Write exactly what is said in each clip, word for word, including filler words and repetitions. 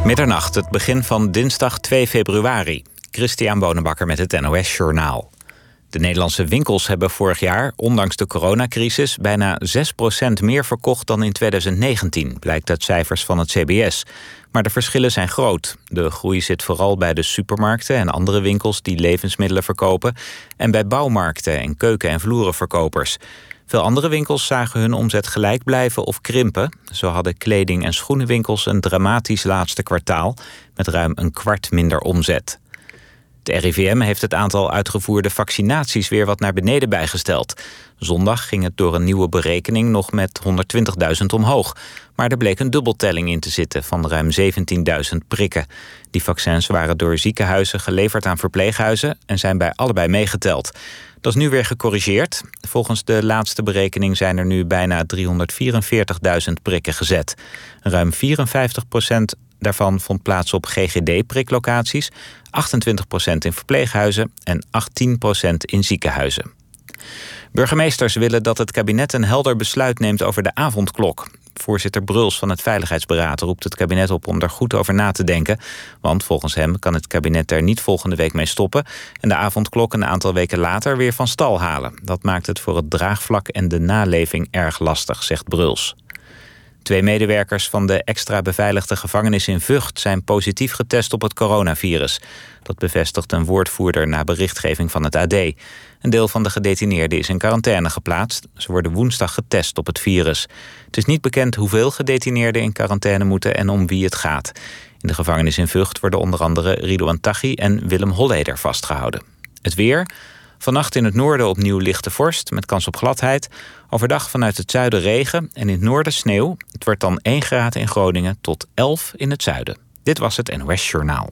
Middernacht, het begin van dinsdag twee februari. Christian Bonenbakker met het N O S-journaal. De Nederlandse winkels hebben vorig jaar, ondanks de coronacrisis, bijna zes procent meer verkocht dan in tweeduizend negentien, blijkt uit cijfers van het C B S. Maar de verschillen zijn groot. De groei zit vooral bij de supermarkten en andere winkels die levensmiddelen verkopen en bij bouwmarkten en keuken- en vloerenverkopers. Veel andere winkels zagen hun omzet gelijk blijven of krimpen. Zo hadden kleding- en schoenenwinkels een dramatisch laatste kwartaal met ruim een kwart minder omzet. Het R I V M heeft het aantal uitgevoerde vaccinaties weer wat naar beneden bijgesteld. Zondag ging het door een nieuwe berekening nog met honderdtwintigduizend omhoog. Maar er bleek een dubbeltelling in te zitten van ruim zeventienduizend prikken. Die vaccins waren door ziekenhuizen geleverd aan verpleeghuizen en zijn bij allebei meegeteld. Dat is nu weer gecorrigeerd. Volgens de laatste berekening zijn er nu bijna driehonderdvierenveertigduizend prikken gezet. Ruim vierenvijftig procent daarvan vond plaats op G G D-priklocaties, achtentwintig procent in verpleeghuizen en achttien procent in ziekenhuizen. Burgemeesters willen dat het kabinet een helder besluit neemt over de avondklok. Voorzitter Bruls van het Veiligheidsberaad roept het kabinet op om er goed over na te denken. Want volgens hem kan het kabinet er niet volgende week mee stoppen en de avondklok een aantal weken later weer van stal halen. Dat maakt het voor het draagvlak en de naleving erg lastig, zegt Bruls. Twee medewerkers van de extra beveiligde gevangenis in Vught zijn positief getest op het coronavirus. Dat bevestigt een woordvoerder na berichtgeving van het A D. Een deel van de gedetineerden is in quarantaine geplaatst. Ze worden woensdag getest op het virus. Het is niet bekend hoeveel gedetineerden in quarantaine moeten en om wie het gaat. In de gevangenis in Vught worden onder andere Ridouan Taghi en Willem Holleder vastgehouden. Het weer. Vannacht in het noorden opnieuw lichte vorst met kans op gladheid. Overdag vanuit het zuiden regen en in het noorden sneeuw. Het wordt dan één graad in Groningen tot elf in het zuiden. Dit was het N O S Journaal.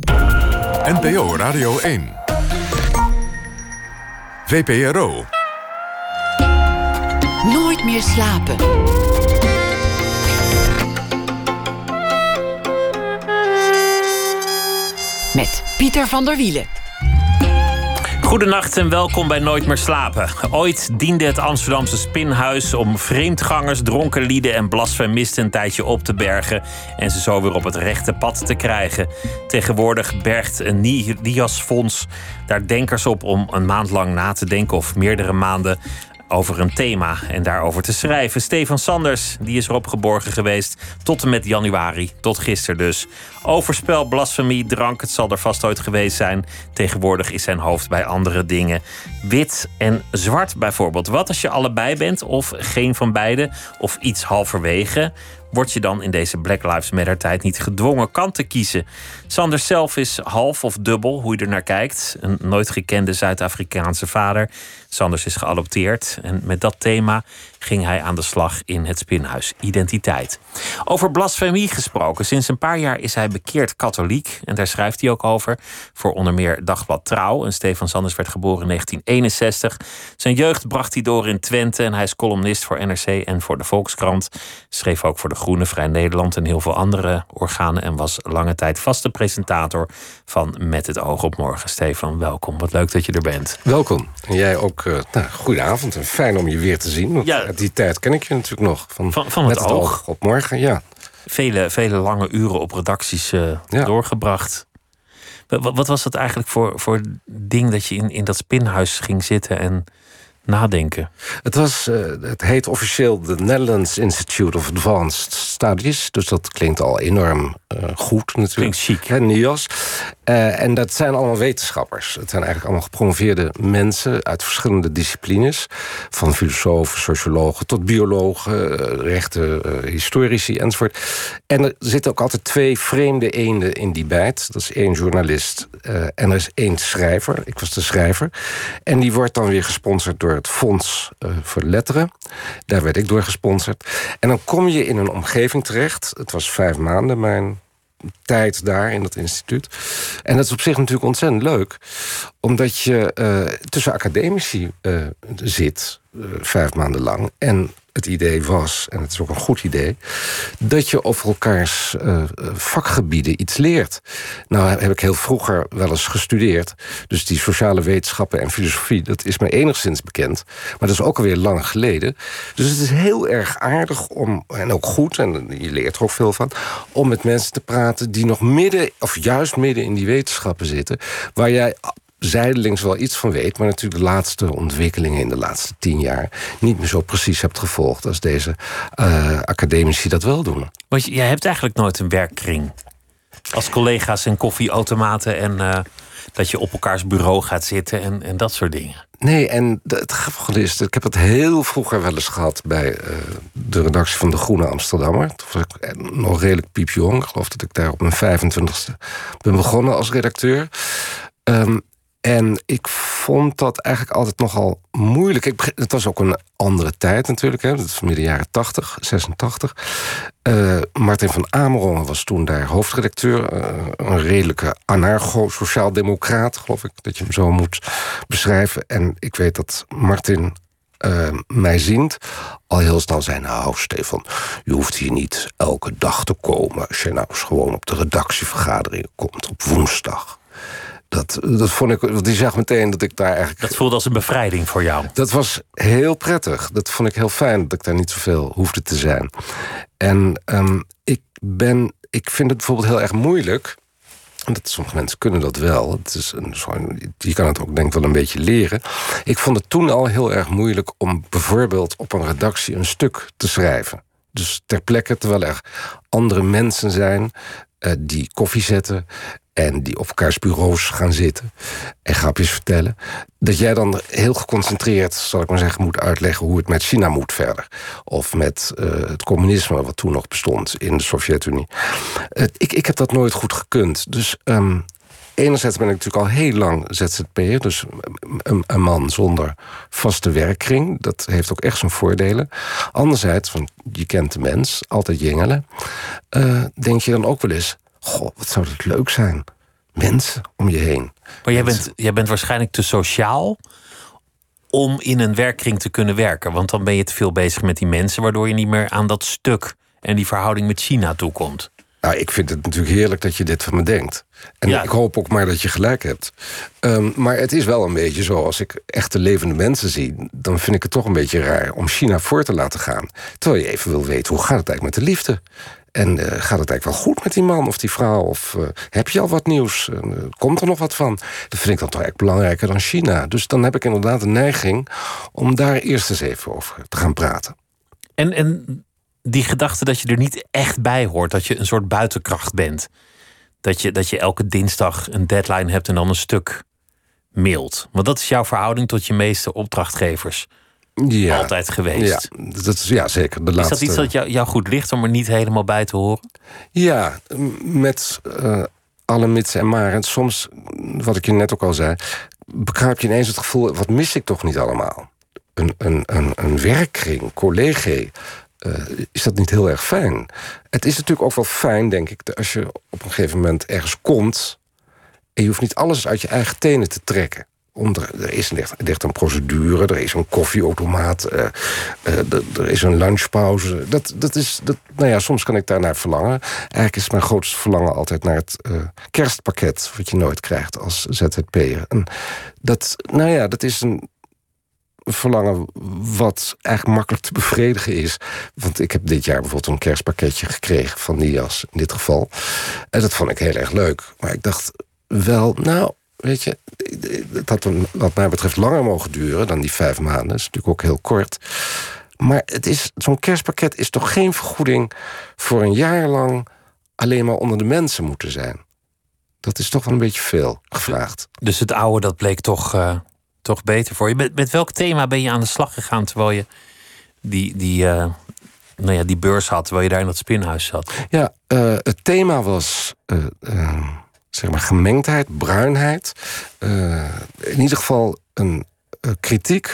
N P O Radio één. V P R O. Nooit meer slapen. Met Pieter van der Wielen. Goedenacht en welkom bij Nooit meer slapen. Ooit diende het Amsterdamse Spinhuis om vreemdgangers, dronken lieden en blasfemisten een tijdje op te bergen en ze zo weer op het rechte pad te krijgen. Tegenwoordig bergt een NIAS-fonds daar denkers op om een maand lang na te denken of meerdere maanden over een thema en daarover te schrijven. Stefan Sanders, die is erop geborgen geweest tot en met januari, tot gisteren dus. Overspel, blasfemie, drank, het zal er vast ooit geweest zijn. Tegenwoordig is zijn hoofd bij andere dingen. Wit en zwart bijvoorbeeld. Wat als je allebei bent of geen van beide of iets halverwege? Word je dan in deze Black Lives Matter tijd niet gedwongen kant te kiezen? Sanders zelf is half of dubbel, hoe je er naar kijkt. Een nooit gekende Zuid-Afrikaanse vader. Sanders is geadopteerd en met dat thema ging hij aan de slag in het Spinhuis. Identiteit. Over blasfemie gesproken. Sinds een paar jaar is hij bekeerd katholiek. En daar schrijft hij ook over. Voor onder meer Dagblad Trouw. En Stefan Sanders werd geboren in negentien eenenzestig. Zijn jeugd bracht hij door in Twente. En hij is columnist voor N R C en voor de Volkskrant. Schreef ook voor De Groene, Vrij Nederland en heel veel andere organen. En was lange tijd vaste presentator van Met het oog op morgen. Stefan, welkom. Wat leuk dat je er bent. Welkom. En jij ook. Uh, nou, goedenavond en fijn om je weer te zien. Want ja. Uit die tijd ken ik je natuurlijk nog. Van, van, van het, Met het oog. oog op morgen, ja. Vele, vele lange uren op redacties uh, ja. doorgebracht. Wat, wat was dat eigenlijk voor, voor ding dat je in, in dat Spinhuis ging zitten en nadenken? Het was, uh, het heet officieel de Netherlands Institute of Advanced Studies. Dus dat klinkt al enorm uh, goed natuurlijk. Klinkt chic. Hè, NIAS. Uh, en dat zijn allemaal wetenschappers. Het zijn eigenlijk allemaal gepromoveerde mensen uit verschillende disciplines. Van filosofen, sociologen tot biologen, rechten, uh, historici enzovoort. En er zitten ook altijd twee vreemde eenden in die bijt. Dat is één journalist uh, en er is één schrijver. Ik was de schrijver. En die wordt dan weer gesponsord door het Fonds uh, voor de Letteren. Daar werd ik door gesponsord. En dan kom je in een omgeving terecht. Het was vijf maanden mijn tijd daar in dat instituut. En dat is op zich natuurlijk ontzettend leuk. Omdat je uh, tussen academici uh, zit. uh, vijf maanden lang. En het idee was, en het is ook een goed idee, dat je over elkaars uh, vakgebieden iets leert. Nou heb ik heel vroeger wel eens gestudeerd. Dus die sociale wetenschappen en filosofie, dat is me enigszins bekend. Maar dat is ook alweer lang geleden. Dus het is heel erg aardig om, en ook goed, en je leert er ook veel van, om met mensen te praten die nog midden, of juist midden in die wetenschappen zitten, waar jij zijdelings wel iets van weet, maar natuurlijk de laatste ontwikkelingen in de laatste tien jaar niet meer zo precies hebt gevolgd als deze uh, academici dat wel doen. Want jij hebt eigenlijk nooit een werkkring. Als collega's en koffieautomaten en uh, dat je op elkaars bureau gaat zitten en, en dat soort dingen. Nee, en het grappige is, ik heb het heel vroeger wel eens gehad bij uh, de redactie van De Groene Amsterdammer. Toen was ik nog redelijk piepjong. Ik geloof dat ik daar op mijn vijfentwintigste ben begonnen als redacteur. Um, En ik vond dat eigenlijk altijd nogal moeilijk. Ik, het was ook een andere tijd natuurlijk. Hè. Dat is midden jaren tachtig, zesentachtig. Uh, Martin van Amerongen was toen daar hoofdredacteur. Uh, een redelijke anarcho-sociaal-democraat, geloof ik, dat je hem zo moet beschrijven. En ik weet dat Martin uh, mij ziend al heel snel zei, nou Stefan, je hoeft hier niet elke dag te komen. Als je nou eens gewoon op de redactievergadering komt op woensdag. Dat, dat vond ik, want die zag meteen dat ik daar eigenlijk... Dat voelde als een bevrijding voor jou. Dat was heel prettig. Dat vond ik heel fijn, dat ik daar niet zoveel hoefde te zijn. En um, ik ben, ik vind het bijvoorbeeld heel erg moeilijk. En dat, sommige mensen kunnen dat wel. Het is een, je kan het ook denk ik wel een beetje leren. Ik vond het toen al heel erg moeilijk om bijvoorbeeld op een redactie een stuk te schrijven. Dus ter plekke, terwijl er andere mensen zijn uh, die koffie zetten en die op elkaars bureaus gaan zitten en grapjes vertellen, dat jij dan heel geconcentreerd, zal ik maar zeggen, moet uitleggen hoe het met China moet verder. Of met uh, het communisme, wat toen nog bestond in de Sovjet-Unie. Uh, ik, ik heb dat nooit goed gekund. Dus um, enerzijds ben ik natuurlijk al heel lang Z Z P'er, dus een, een man zonder vaste werkkring. Dat heeft ook echt zijn voordelen. Anderzijds, want je kent de mens, altijd jingelen, uh, denk je dan ook wel eens, goh, wat zou dat leuk zijn. Mensen om je heen. Maar jij bent, jij bent waarschijnlijk te sociaal om in een werkkring te kunnen werken. Want dan ben je te veel bezig met die mensen, waardoor je niet meer aan dat stuk en die verhouding met China toekomt. Nou, ik vind het natuurlijk heerlijk dat je dit van me denkt. En ja, ik hoop ook maar dat je gelijk hebt. Um, maar het is wel een beetje zo, als ik echte levende mensen zie, dan vind ik het toch een beetje raar om China voor te laten gaan. Terwijl je even wil weten, hoe gaat het eigenlijk met de liefde? En uh, gaat het eigenlijk wel goed met die man of die vrouw? Of uh, heb je al wat nieuws? Uh, komt er nog wat van? Dat vind ik dan toch eigenlijk belangrijker dan China. Dus dan heb ik inderdaad een neiging om daar eerst eens even over te gaan praten. En, en die gedachte dat je er niet echt bij hoort, dat je een soort buitenkracht bent. Dat je, dat je elke dinsdag een deadline hebt en dan een stuk mailt. Want dat is jouw verhouding tot je meeste opdrachtgevers. Ja, altijd geweest. Ja, dat is, ja zeker. De is laatste... dat iets dat jou, jou goed ligt om er niet helemaal bij te horen? Ja, met uh, alle mits en maren. Soms, wat ik je net ook al zei, bekruip je ineens het gevoel, wat mis ik toch niet allemaal? Een, een, een, een werkkring, collegae, uh, is dat niet heel erg fijn? Het is natuurlijk ook wel fijn, denk ik, als je op een gegeven moment ergens komt en je hoeft niet alles uit je eigen tenen te trekken. Om er, er is er ligt een procedure, er is een koffieautomaat, uh, uh, er, er is een lunchpauze. Dat, dat is, dat, nou ja, soms kan ik daarnaar verlangen. Eigenlijk is mijn grootste verlangen altijd naar het uh, kerstpakket, wat je nooit krijgt als Z Z P'er. En dat, nou ja, dat is een verlangen wat eigenlijk makkelijk te bevredigen is. Want ik heb dit jaar bijvoorbeeld een kerstpakketje gekregen van Nias, in dit geval. En dat vond ik heel erg leuk. Maar ik dacht wel, nou, weet je, het had wat mij betreft langer mogen duren dan die vijf maanden. Dat is natuurlijk ook heel kort. Maar het is, zo'n kerstpakket is toch geen vergoeding voor een jaar lang alleen maar onder de mensen moeten zijn. Dat is toch wel een beetje veel gevraagd. Dus het oude, dat bleek toch, uh, toch beter voor je. Met, met welk thema ben je aan de slag gegaan terwijl je die, die, uh, nou ja, die beurs had, terwijl je daar in dat spinhuis zat? Ja, uh, het thema was Uh, uh, zeg maar gemengdheid, bruinheid. Uh, in ieder geval een uh, kritiek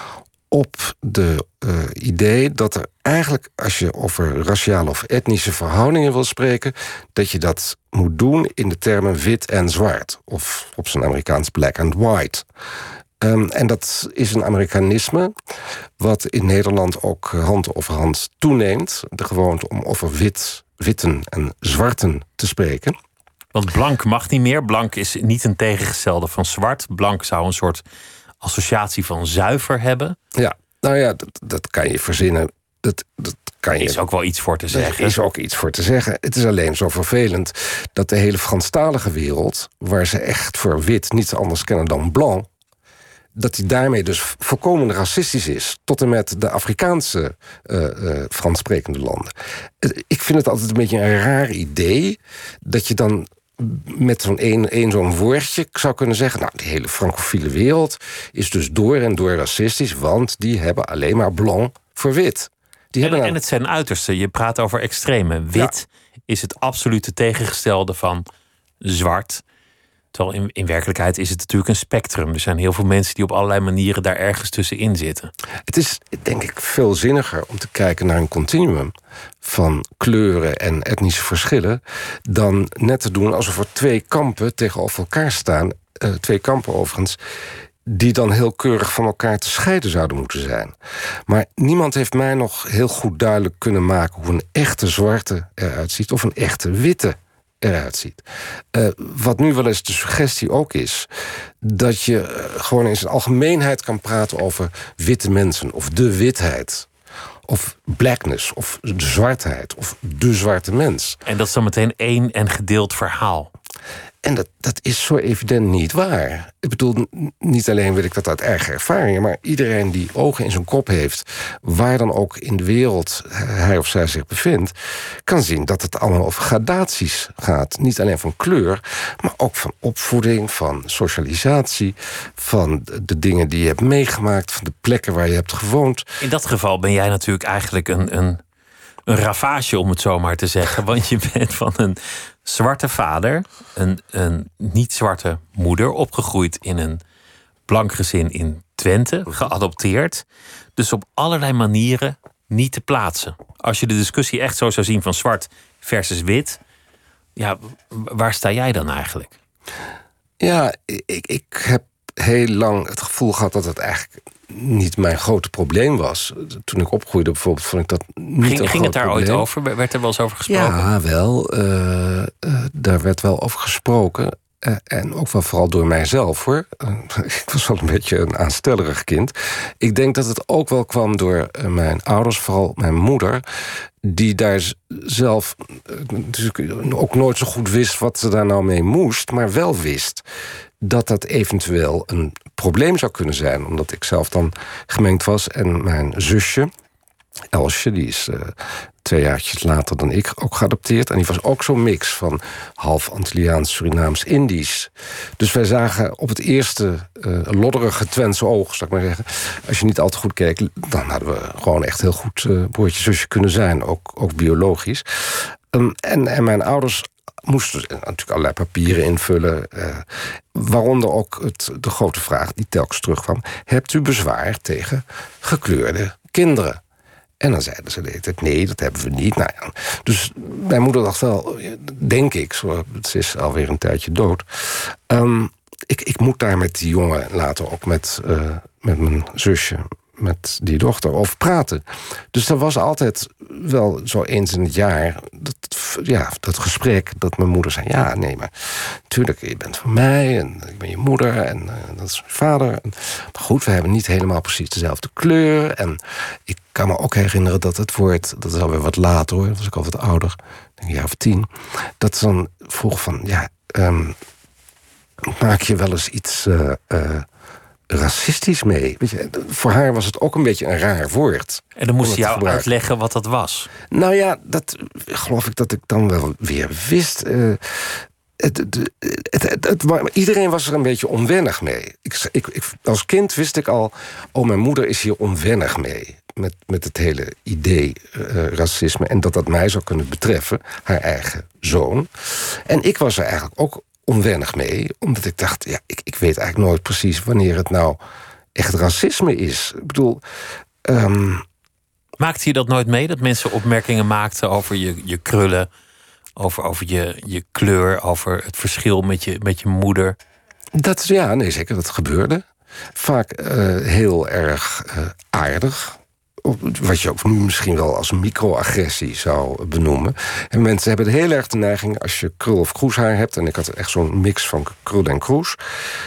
op de uh, idee dat er eigenlijk, als je over raciale of etnische verhoudingen wil spreken, dat je dat moet doen in de termen wit en zwart. Of op zijn Amerikaans black and white. Um, en dat is een Amerikanisme wat in Nederland ook hand over hand toeneemt. De gewoonte om over wit, witten en zwarten te spreken. Want blank mag niet meer. Blank is niet een tegengestelde van zwart. Blank zou een soort associatie van zuiver hebben. Ja, nou ja, dat, dat kan je verzinnen. Dat, dat kan je, is ook wel iets voor te zeggen. Er is ook iets voor te zeggen. Het is alleen zo vervelend dat de hele Franstalige wereld, waar ze echt voor wit niets anders kennen dan blanc, dat die daarmee dus volkomen racistisch is, tot en met de Afrikaanse uh, uh, Frans sprekende landen. Ik vind het altijd een beetje een raar idee dat je dan met zo'n één, één zo'n woordje zou kunnen zeggen, nou, die hele francofiele wereld is dus door en door racistisch, want die hebben alleen maar blanc voor wit. Die en, hebben nou... en het zijn uitersten. Je praat over extreme. Wit ja. is het absolute tegengestelde van zwart. Terwijl in, in werkelijkheid is het natuurlijk een spectrum. Er zijn heel veel mensen die op allerlei manieren daar ergens tussenin zitten. Het is, denk ik, veel zinniger om te kijken naar een continuum van kleuren en etnische verschillen, dan net te doen alsof er twee kampen tegenover elkaar staan. Uh, twee kampen overigens, die dan heel keurig van elkaar te scheiden zouden moeten zijn. Maar niemand heeft mij nog heel goed duidelijk kunnen maken hoe een echte zwarte eruit ziet of een echte witte eruit ziet. Uh, wat nu wel eens de suggestie ook is, dat je uh, gewoon in zijn algemeenheid kan praten over witte mensen of de witheid, of blackness, of de zwartheid, of de zwarte mens. En dat is dan meteen één en gedeeld verhaal. En dat, dat is zo evident niet waar. Ik bedoel, niet alleen weet ik dat uit eigen ervaringen, maar iedereen die ogen in zijn kop heeft, waar dan ook in de wereld hij of zij zich bevindt, kan zien dat het allemaal over gradaties gaat. Niet alleen van kleur, maar ook van opvoeding, van socialisatie, van de dingen die je hebt meegemaakt, van de plekken waar je hebt gewoond. In dat geval ben jij natuurlijk eigenlijk een, een, een ravage, om het zo maar te zeggen. Want je bent van een zwarte vader, een, een niet-zwarte moeder, opgegroeid in een blank gezin in Twente, geadopteerd. Dus op allerlei manieren niet te plaatsen. Als je de discussie echt zo zou zien van zwart versus wit, ja, waar sta jij dan eigenlijk? Ja, ik, ik heb heel lang het gevoel gehad dat het eigenlijk niet mijn grote probleem was. Toen ik opgroeide bijvoorbeeld, vond ik dat niet ging, een Ging groot het daar probleem. ooit over? Werd er wel eens over gesproken? Ja, wel. Uh, uh, daar werd wel over gesproken. Uh, en ook wel vooral door mijzelf, hoor. Uh, ik was wel een beetje een aanstellerig kind. Ik denk dat het ook wel kwam door uh, mijn ouders, vooral mijn moeder, die daar zelf uh, ook nooit zo goed wist wat ze daar nou mee moest, maar wel wist dat dat eventueel een probleem zou kunnen zijn, omdat ik zelf dan gemengd was en mijn zusje, Elsje, die is uh, twee jaartjes later dan ik ook geadopteerd. En die was ook zo'n mix van half Antilliaans, Surinaams, Indisch. Dus wij zagen op het eerste uh, lodderige Twentse oog, zou ik maar zeggen, als je niet al te goed keek, dan hadden we gewoon echt heel goed uh, broertje, zusje kunnen zijn, ook, ook biologisch. Um, en, en mijn ouders moesten natuurlijk allerlei papieren invullen, uh, waaronder ook het, de grote vraag die telkens terugkwam: hebt u bezwaar tegen gekleurde kinderen? En dan zeiden ze de hele tijd, nee, dat hebben we niet. Nou ja, dus mijn moeder dacht wel, denk ik, zo, het is alweer een tijdje dood, Um, ik, ik moet daar met die jongen later ook met, uh, met mijn zusje, met die dochter, over praten. Dus er was altijd wel zo eens in het jaar dat, ja, dat gesprek dat mijn moeder zei, ja, nee, maar natuurlijk, je bent van mij en ik ben je moeder en uh, dat is mijn vader. En, maar goed, we hebben niet helemaal precies dezelfde kleur. En ik kan me ook herinneren dat het woord, dat is alweer wat later hoor, was ik al wat ouder, denk een jaar of tien, dat ze dan vroeg van, ja, um, maak je wel eens iets Uh, uh, racistisch mee. Weet je, voor haar was het ook een beetje een raar woord. En dan moest je jou uitleggen wat dat was. Nou ja, dat geloof ik dat ik dan wel weer wist. Uh, het, het, het, het, het, maar iedereen was er een beetje onwennig mee. Ik, ik, ik, als kind wist ik al, oh, mijn moeder is hier onwennig mee. Met, met het hele idee uh, racisme. En dat dat mij zou kunnen betreffen, haar eigen zoon. En ik was er eigenlijk ook onwennig mee, omdat ik dacht, ja, ik, ik weet eigenlijk nooit precies wanneer het nou echt racisme is. Ik bedoel, Um... Maakte je dat nooit mee, dat mensen opmerkingen maakten over je, je krullen, over, over je, je kleur, over het verschil met je, met je moeder? Dat, ja, nee, zeker, dat gebeurde. Vaak uh, heel erg uh, aardig. Wat je ook nu misschien wel als microagressie zou benoemen. En mensen hebben heel erg de neiging, als je krul- of kroeshaar hebt... en ik had echt zo'n mix van krul en kroes...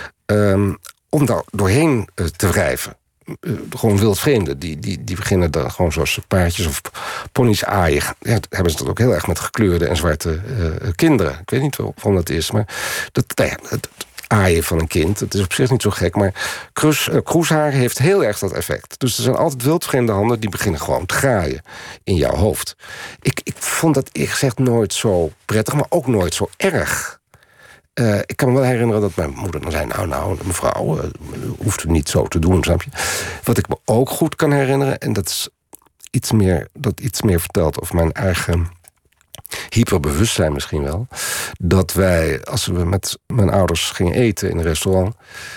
Um, om daar doorheen uh, te wrijven. Uh, gewoon wildvreemden, die, die, die beginnen dan gewoon zoals paardjes of ponies aaien. Ja, hebben ze dat ook heel erg met gekleurde en zwarte uh, kinderen. Ik weet niet waarom dat is, maar dat, nou ja, het aaien van een kind, het is op zich niet zo gek, maar kroes, uh, kroeshaar heeft heel erg dat effect. Dus er zijn altijd wildvreemde handen die beginnen gewoon te graaien in jouw hoofd. Ik, ik vond dat eerlijk gezegd nooit zo prettig, maar ook nooit zo erg. Uh, ik kan me wel herinneren dat mijn moeder dan zei... nou, nou, mevrouw, uh, hoeft u niet zo te doen, snap je? Wat ik me ook goed kan herinneren... en dat is iets meer, dat iets meer vertelt over mijn eigen hyperbewustzijn misschien wel... dat wij, als we met mijn ouders gingen eten in een restaurant...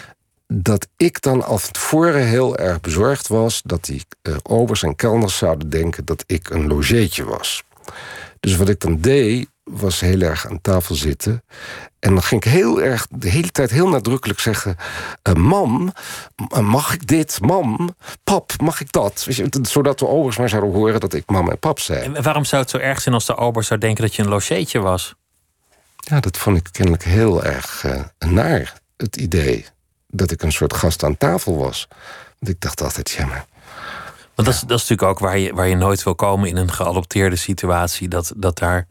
dat ik dan al van tevoren heel erg bezorgd was... dat die uh, obers en kelners zouden denken dat ik een logeetje was. Dus wat ik dan deed, was heel erg aan tafel zitten... En dan ging ik heel erg, de hele tijd heel nadrukkelijk zeggen... Uh, mam, mag ik dit? Mam, pap, mag ik dat? Weet je, zodat de obers maar zouden horen dat ik mam en pap zei. En waarom zou het zo erg zijn als de ober zou denken dat je een logeetje was? Ja, dat vond ik kennelijk heel erg uh, naar, het idee... dat ik een soort gast aan tafel was. Want ik dacht altijd, ja maar... Want dat is, dat is natuurlijk ook waar je, waar je nooit wil komen in een geadopteerde situatie... dat, dat daar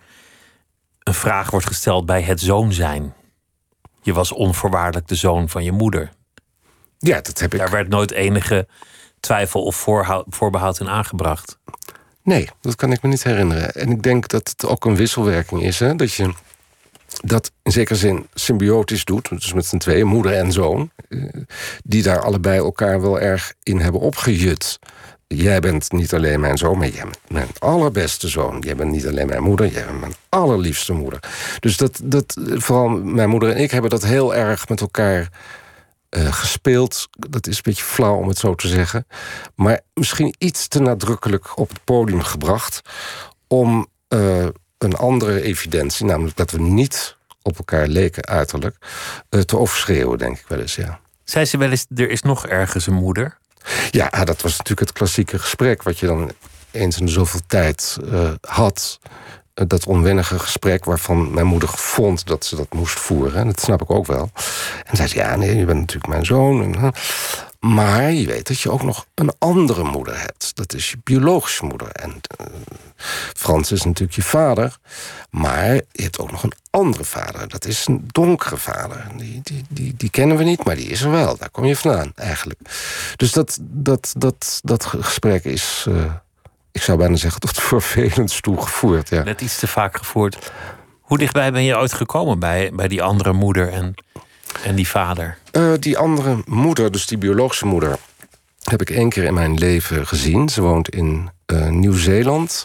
een vraag wordt gesteld bij het zoon zijn. Je was onvoorwaardelijk de zoon van je moeder. Ja, dat heb ik. Daar werd nooit enige twijfel of voorhoud, voorbehoud in aangebracht. Nee, dat kan ik me niet herinneren. En ik denk dat het ook een wisselwerking is. Hè? Dat je dat in zekere zin symbiotisch doet. Dus met z'n tweeën, moeder en zoon. Die daar allebei elkaar wel erg in hebben opgejut. Jij bent niet alleen mijn zoon, maar jij bent mijn allerbeste zoon. Jij bent niet alleen mijn moeder, jij bent mijn allerliefste moeder. Dus dat, dat, vooral mijn moeder en ik hebben dat heel erg met elkaar uh, gespeeld. Dat is een beetje flauw om het zo te zeggen. Maar misschien iets te nadrukkelijk op het podium gebracht... om uh, een andere evidentie, namelijk dat we niet op elkaar leken uiterlijk... Uh, te overschreeuwen, denk ik wel eens, ja. Zei ze wel eens, er is nog ergens een moeder... Ja, dat was natuurlijk het klassieke gesprek... wat je dan eens in de zoveel tijd uh, had. Uh, dat onwennige gesprek waarvan mijn moeder vond dat ze dat moest voeren. En dat snap ik ook wel. En zei ze, ja, nee, je bent natuurlijk mijn zoon. En, uh, maar je weet dat je ook nog een andere moeder hebt. Dat is je biologische moeder. En uh, Frans is natuurlijk je vader. Maar je hebt ook nog een andere vader. Dat is een donkere vader. Die, die, die, die kennen we niet, maar die is er wel. Daar kom je vandaan, eigenlijk. Dus dat, dat, dat, dat gesprek is, uh, ik zou bijna zeggen, tot vervelend toe gevoerd. Ja. Net iets te vaak gevoerd. Hoe dichtbij ben je ooit gekomen bij, bij die andere moeder en, en die vader? Uh, die andere moeder, dus die biologische moeder... heb ik één keer in mijn leven gezien. Ze woont in uh, Nieuw-Zeeland...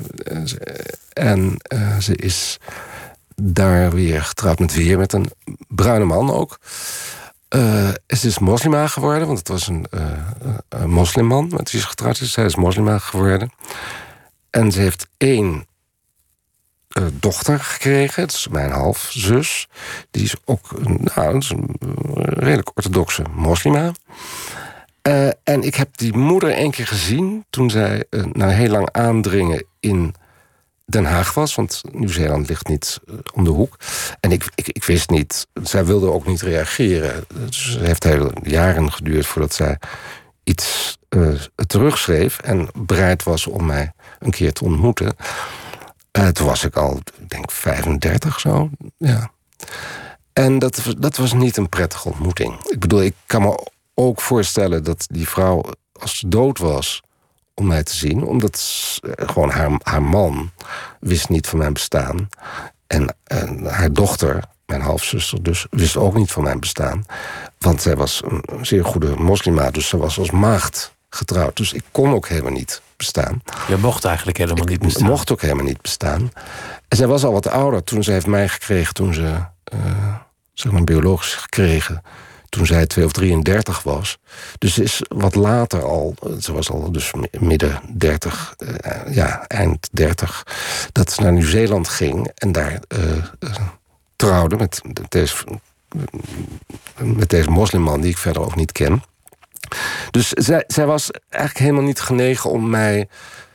En uh, ze is daar weer getrouwd met weer met een bruine man ook. Uh, ze is moslima geworden, want het was een, uh, een moslimman met wie ze getrouwd is. Zij is moslima geworden. En ze heeft één uh, dochter gekregen, het is mijn halfzus. Die is ook nou, dat is een redelijk orthodoxe moslima. Uh, en ik heb die moeder één keer gezien toen zij uh, na heel lang aandringen in Den Haag was. Want Nieuw-Zeeland ligt niet uh, om de hoek. En ik, ik, ik wist niet, zij wilde ook niet reageren. Dus het heeft heel jaren geduurd voordat zij iets uh, terugschreef... en bereid was om mij een keer te ontmoeten. Uh, toen was ik al, ik denk, vijfendertig zo. Ja. En dat, dat was niet een prettige ontmoeting. Ik bedoel, ik kan me ook voorstellen dat die vrouw, als ze dood was, om mij te zien, omdat gewoon haar, haar man wist niet van mijn bestaan. En, en haar dochter, mijn halfzuster dus, wist ook niet van mijn bestaan. Want zij was een zeer goede moslima, dus ze was als maagd getrouwd. Dus ik kon ook helemaal niet bestaan. Je mocht eigenlijk helemaal ik niet bestaan. Ik mocht ook helemaal niet bestaan. En zij was al wat ouder toen ze heeft mij gekregen, toen ze uh, zeg maar biologisch gekregen, toen zij twee of drieëndertig was. Dus ze is wat later al, ze was al dus midden dertig, uh, ja, eind dertig, dat ze naar Nieuw-Zeeland ging en daar uh, uh, trouwde met deze, met deze moslimman die ik verder ook niet ken. Dus zij, zij was eigenlijk helemaal niet genegen om mij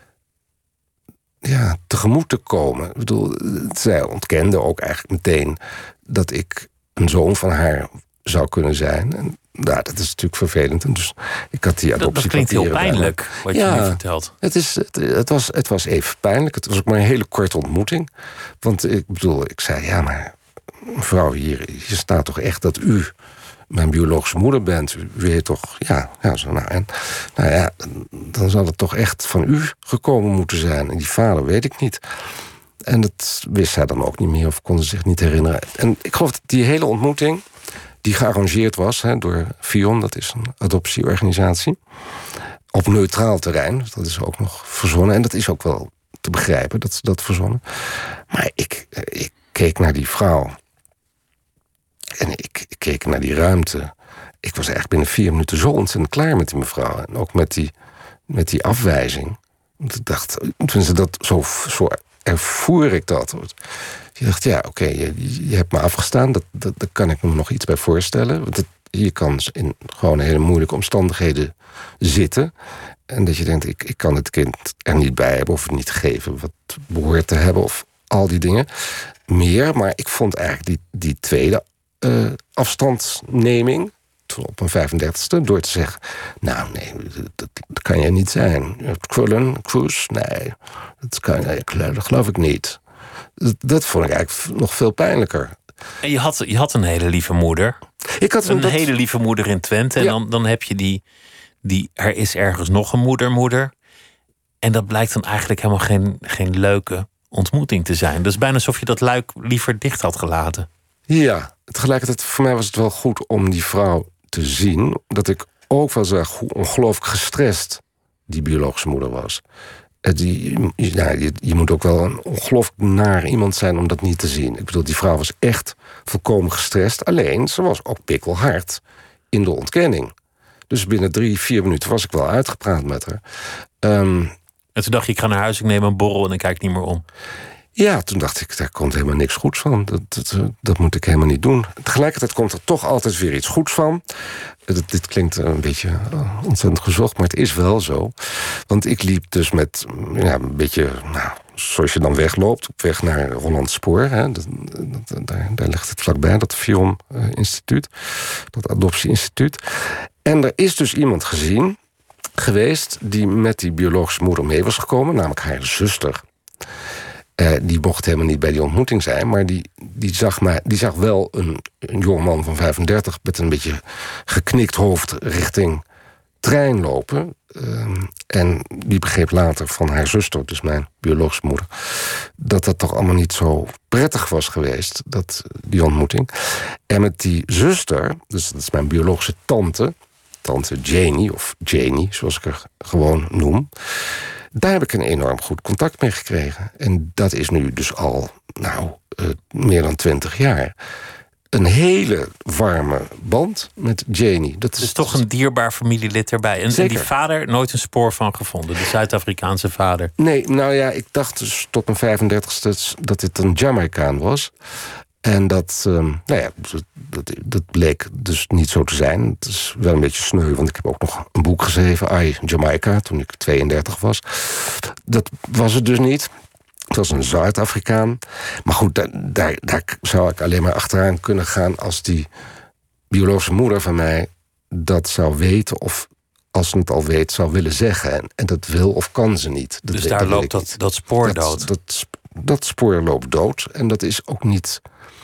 ja, tegemoet te komen. Ik bedoel, zij ontkende ook eigenlijk meteen dat ik een zoon van haar zou kunnen zijn. En nou, dat is natuurlijk vervelend. En dus ik had die adoptie. Dat, dat klinkt heel pijnlijk, wat ja, je nu vertelt. Het, is, het, het, was, het was even pijnlijk. Het was ook maar een hele korte ontmoeting. Want ik bedoel, ik zei, ja, maar mevrouw, hier, hier staat toch echt dat u mijn biologische moeder bent. U weet toch, ja, ja zo, nou, en, nou ja, dan zal het toch echt van u gekomen moeten zijn. En die vader weet ik niet. En dat wist zij dan ook niet meer, of kon ze zich niet herinneren. En ik geloof dat die hele ontmoeting, die gearrangeerd was hè, door Fion, dat is een adoptieorganisatie, op neutraal terrein. Dat is ook nog verzonnen. En dat is ook wel te begrijpen, dat ze dat verzonnen. Maar ik, ik keek naar die vrouw. En ik, ik keek naar die ruimte. Ik was eigenlijk binnen vier minuten zo ontzettend klaar met die mevrouw. En ook met die, met die afwijzing. Want ik dacht, toen ze dat zo, zo ervoer ik dat. Je dacht, ja, oké, okay, je, je hebt me afgestaan. Dat, dat, daar kan ik me nog iets bij voorstellen. Want het, je kan in gewoon hele moeilijke omstandigheden zitten. En dat je denkt, ik, ik kan het kind er niet bij hebben of het niet geven wat behoort te hebben. Of al die dingen. Meer, maar ik vond eigenlijk die, die tweede uh, afstandsneming op mijn vijfendertigste, door te zeggen, nou nee, dat, dat kan jij niet zijn. Krullen, Kroes, nee, dat, kan, dat geloof ik niet. Dat, dat vond ik eigenlijk nog veel pijnlijker. En je had, je had een hele lieve moeder. Ik had een dat... hele lieve moeder in Twente. En ja. dan, dan heb je die, die, er is ergens nog een moeder, moeder. En dat blijkt dan eigenlijk helemaal geen, geen leuke ontmoeting te zijn. Dus bijna alsof je dat luik liever dicht had gelaten. Ja, tegelijkertijd voor mij was het wel goed om die vrouw te zien, dat ik ook wel zag hoe ongelooflijk gestrest die biologische moeder was. Die, nou, je, je moet ook wel een ongelooflijk naar iemand zijn om dat niet te zien. Ik bedoel, die vrouw was echt volkomen gestrest. Alleen, ze was ook pikkelhard in de ontkenning. Dus binnen drie, vier minuten was ik wel uitgepraat met haar. Um, en toen dacht je, ik ga naar huis, ik neem een borrel en ik kijk niet meer om. Ja, toen dacht ik, daar komt helemaal niks goeds van. Dat, dat, dat moet ik helemaal niet doen. Tegelijkertijd komt er toch altijd weer iets goeds van. Dit, dit klinkt een beetje ontzettend gezocht, maar het is wel zo. Want ik liep dus met ja, een beetje, nou, zoals je dan wegloopt, op weg naar Holland Spoor. Hè. Dat, dat, daar, daar ligt het vlakbij, dat Fion-instituut. Dat adoptie-instituut. En er is dus iemand gezien geweest die met die biologische moeder mee was gekomen, namelijk haar zuster. Uh, die mocht helemaal niet bij die ontmoeting zijn, maar die, die, zag, maar, die zag wel een, een jongeman van vijfendertig met een beetje geknikt hoofd richting trein lopen. Uh, en die begreep later van haar zuster, dus mijn biologische moeder, dat dat toch allemaal niet zo prettig was geweest, dat, die ontmoeting. En met die zuster, dus dat is mijn biologische tante, tante Janie, of Janie, zoals ik haar gewoon noem, daar heb ik een enorm goed contact mee gekregen. En dat is nu dus al, nou, uh, meer dan twintig jaar. Een hele warme band met Janie. Dat is dus toch een dierbaar familielid erbij. En, en die vader, nooit een spoor van gevonden? De Zuid-Afrikaanse vader? Nee, nou ja, ik dacht dus tot mijn vijfendertigste dat dit een Jamaicaan was. En dat, um, nou ja, dat, dat bleek dus niet zo te zijn. Het is wel een beetje sneu, want ik heb ook nog een boek geschreven, I, Jamaica, toen ik tweeëndertig was. Dat was het dus niet. Het was een Zuid-Afrikaan. Maar goed, daar, daar, daar zou ik alleen maar achteraan kunnen gaan als die biologische moeder van mij dat zou weten, of als ze het al weet, zou willen zeggen. En, en dat wil of kan ze niet. Dat dus weet, daar dat loopt dat, dat spoor dood? Dat, dat, dat spoor loopt dood. En dat is ook niet...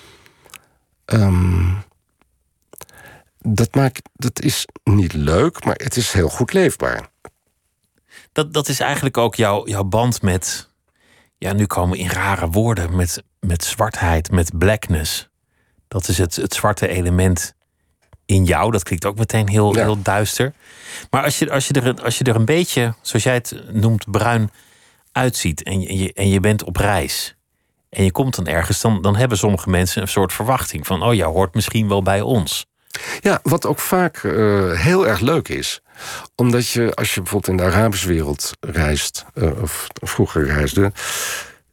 Um, dat, maakt, dat is niet leuk, maar het is heel goed leefbaar. Dat, dat is eigenlijk ook jouw, jouw band met... Ja, nu komen we in rare woorden. Met, met zwartheid, met blackness. Dat is het, het zwarte element in jou. Dat klinkt ook meteen heel, ja. heel duister. Maar als je, als, je er, als je er een beetje, zoals jij het noemt, bruin uitziet... en je, en je, en je bent op reis... en je komt dan ergens, dan, dan hebben sommige mensen een soort verwachting van... oh, jij hoort misschien wel bij ons. Ja, wat ook vaak uh, heel erg leuk is. Omdat je, als je bijvoorbeeld in de Arabische wereld reist... Uh, of vroeger reisde...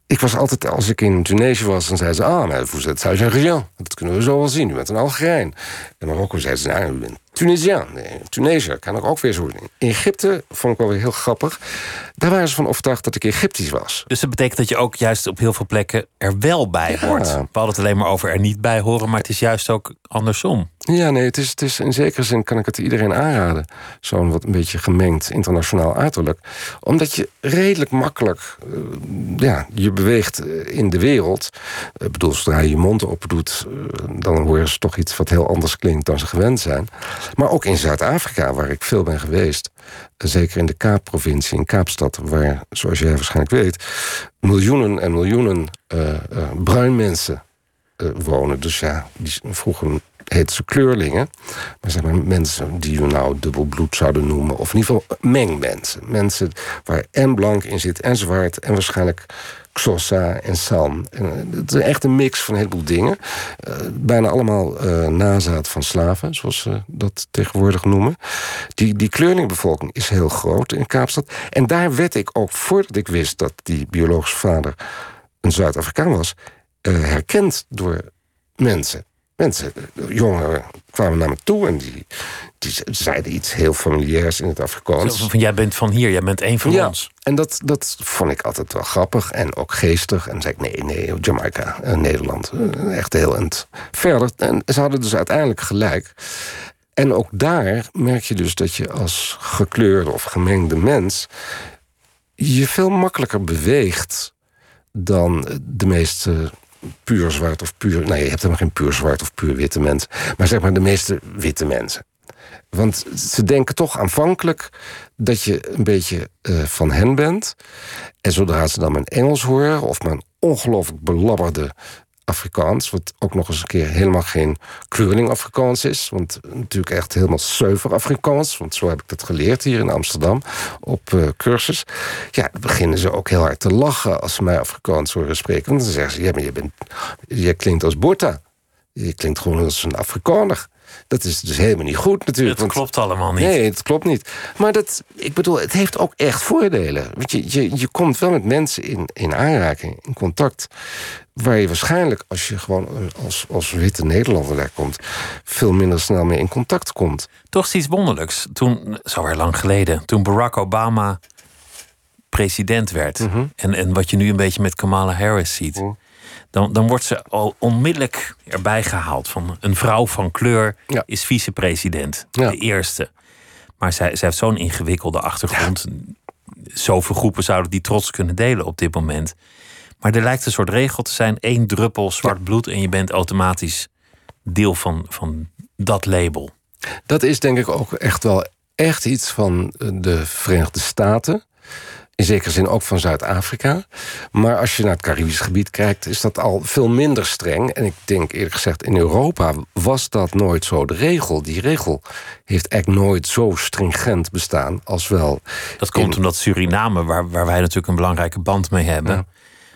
ik was altijd, als ik in Tunesië was, dan zeiden ze, ah, maar vous êtes Algérien. Dat kunnen we zo wel zien, u bent een Algerijn. In Marokko zeiden ze, nou, u bent Tunesiaan. Nee, Tunesië kan ik ook weer zo. In Egypte vond ik wel weer heel grappig. Daar waren ze van overtuigd dat ik Egyptisch was. Dus dat betekent dat je ook juist op heel veel plekken er wel bij hoort. Ja. We hadden het alleen maar over er niet bij horen, maar het is juist ook andersom. Ja, nee, het is, het is in zekere zin kan ik het iedereen aanraden. Zo'n wat een beetje gemengd internationaal uiterlijk. Omdat je redelijk makkelijk uh, ja, je beweegt in de wereld. Ik bedoel, zodra je je mond open doet, uh, dan horen ze toch iets wat heel anders klinkt dan ze gewend zijn. Maar ook in Zuid-Afrika, waar ik veel ben geweest. Zeker in de Kaapprovincie, in Kaapstad, waar, zoals jij waarschijnlijk weet, miljoenen en miljoenen uh, uh, bruin mensen uh, wonen. Dus ja, die, vroeger heten ze kleurlingen. Maar zeg maar mensen die we nou dubbelbloed zouden noemen. Of in ieder geval mengmensen. Mensen waar en blank in zit en zwart en waarschijnlijk Xhosa en San. En het is echt een mix van een heleboel dingen. Uh, bijna allemaal uh, nazaat van slaven, zoals ze dat tegenwoordig noemen. Die, die kleurlingbevolking is heel groot in Kaapstad. En daar werd ik ook, voordat ik wist dat die biologische vader een Zuid-Afrikaan was, uh, herkend door mensen. Mensen, jongeren kwamen naar me toe en die, die zeiden iets heel familiairs in het Afrikaans. Zo van, jij bent van hier, jij bent één van ja, ons. En dat, dat vond ik altijd wel grappig en ook geestig. En dan zei ik, nee, nee, Jamaica, uh, Nederland, uh, echt heel end verder. En ze hadden dus uiteindelijk gelijk. En ook daar merk je dus dat je als gekleurde of gemengde mens je veel makkelijker beweegt dan de meeste puur zwart of puur... Nee, je hebt helemaal geen puur zwart of puur witte mensen. Maar zeg maar de meeste witte mensen. Want ze denken toch aanvankelijk dat je een beetje uh, van hen bent. En zodra ze dan mijn Engels horen of mijn ongelooflijk belabberde Afrikaans, wat ook nog eens een keer helemaal geen kleurling Afrikaans is, want natuurlijk echt helemaal zuiver Afrikaans, want zo heb ik dat geleerd hier in Amsterdam op uh, cursus. Ja, dan beginnen ze ook heel hard te lachen als ze mij Afrikaans horen spreken. Want dan zeggen ze, ja, maar je, bent, je klinkt als Bota. Je klinkt gewoon als een Afrikaner. Dat is dus helemaal niet goed natuurlijk. Het klopt allemaal niet. Nee, het klopt niet. Maar dat, ik bedoel, het heeft ook echt voordelen. Want je, je, je komt wel met mensen in, in aanraking, in contact, waar je waarschijnlijk, als je gewoon als, als witte Nederlander daar komt, veel minder snel mee in contact komt. Toch is iets wonderlijks. Toen, zo er lang geleden, toen Barack Obama president werd, mm-hmm. en, en wat je nu een beetje met Kamala Harris ziet, mm. Dan, dan wordt ze al onmiddellijk erbij gehaald van een vrouw van kleur ja. is vicepresident. Ja. De eerste. Maar zij, zij heeft zo'n ingewikkelde achtergrond. Ja. Zoveel groepen zouden die trots kunnen delen op dit moment. Maar er lijkt een soort regel te zijn. één druppel zwart ja. bloed en je bent automatisch deel van, van dat label. Dat is denk ik ook echt wel echt iets van de Verenigde Staten. In zekere zin ook van Zuid-Afrika. Maar als je naar het Caribisch gebied kijkt, is dat al veel minder streng. En ik denk eerlijk gezegd, in Europa was dat nooit zo de regel. Die regel heeft eigenlijk nooit zo stringent bestaan als wel. Dat komt in... omdat Suriname, waar, waar wij natuurlijk een belangrijke band mee hebben,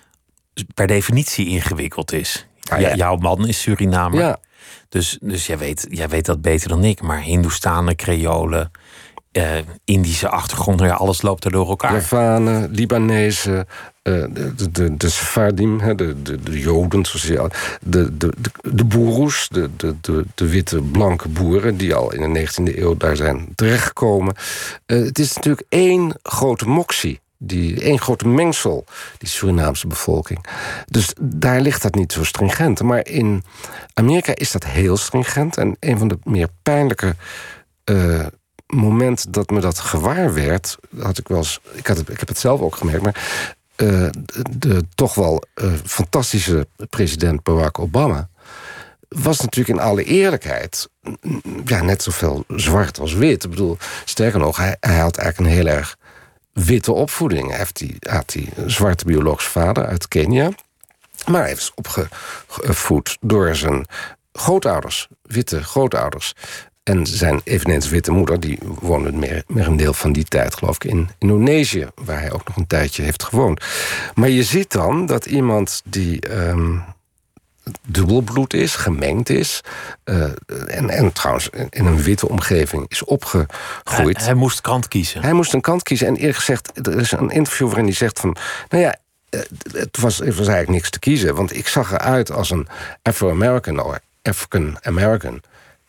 ja. per definitie ingewikkeld is. Ah, ja. Jouw man is Surinamer. Ja. Dus, dus jij, weet, jij weet dat beter dan ik. Maar Hindoestanen, Creolen, Uh, Indische achtergrond, ja, alles loopt er door elkaar. Javanen, Libanezen, uh, de, de, de Sephardim, de, de, de Joden, de, de, de, de boeroes, de, de, de, de witte blanke boeren die al in de negentiende eeuw daar zijn terechtgekomen. Uh, het is natuurlijk één grote moksie. Die één grote mengsel, die Surinaamse bevolking. Dus daar ligt dat niet zo stringent. Maar in Amerika is dat heel stringent. En een van de meer pijnlijke Uh, moment dat me dat gewaar werd, had ik wel eens, ik, had het, ik heb het zelf ook gemerkt, maar uh, de, de toch wel uh, fantastische president Barack Obama was natuurlijk in alle eerlijkheid ja, net zoveel zwart als wit. Ik bedoel, sterker nog, hij, hij had eigenlijk een heel erg witte opvoeding. Hij heeft die, had die zwarte biologische vader uit Kenia, maar hij is opgevoed door zijn grootouders, witte grootouders. En zijn eveneens witte moeder, die woonde meer, meer een deel van die tijd, geloof ik, in Indonesië, waar hij ook nog een tijdje heeft gewoond. Maar je ziet dan dat iemand die um, dubbelbloed is, gemengd is, uh, en, en trouwens in een witte omgeving is opgegroeid. Hij, hij moest kant kiezen. Hij moest een kant kiezen. En eerlijk gezegd, er is een interview waarin hij zegt van, nou ja, het, was, het was eigenlijk niks te kiezen. Want ik zag eruit als een Afro-American of African-American.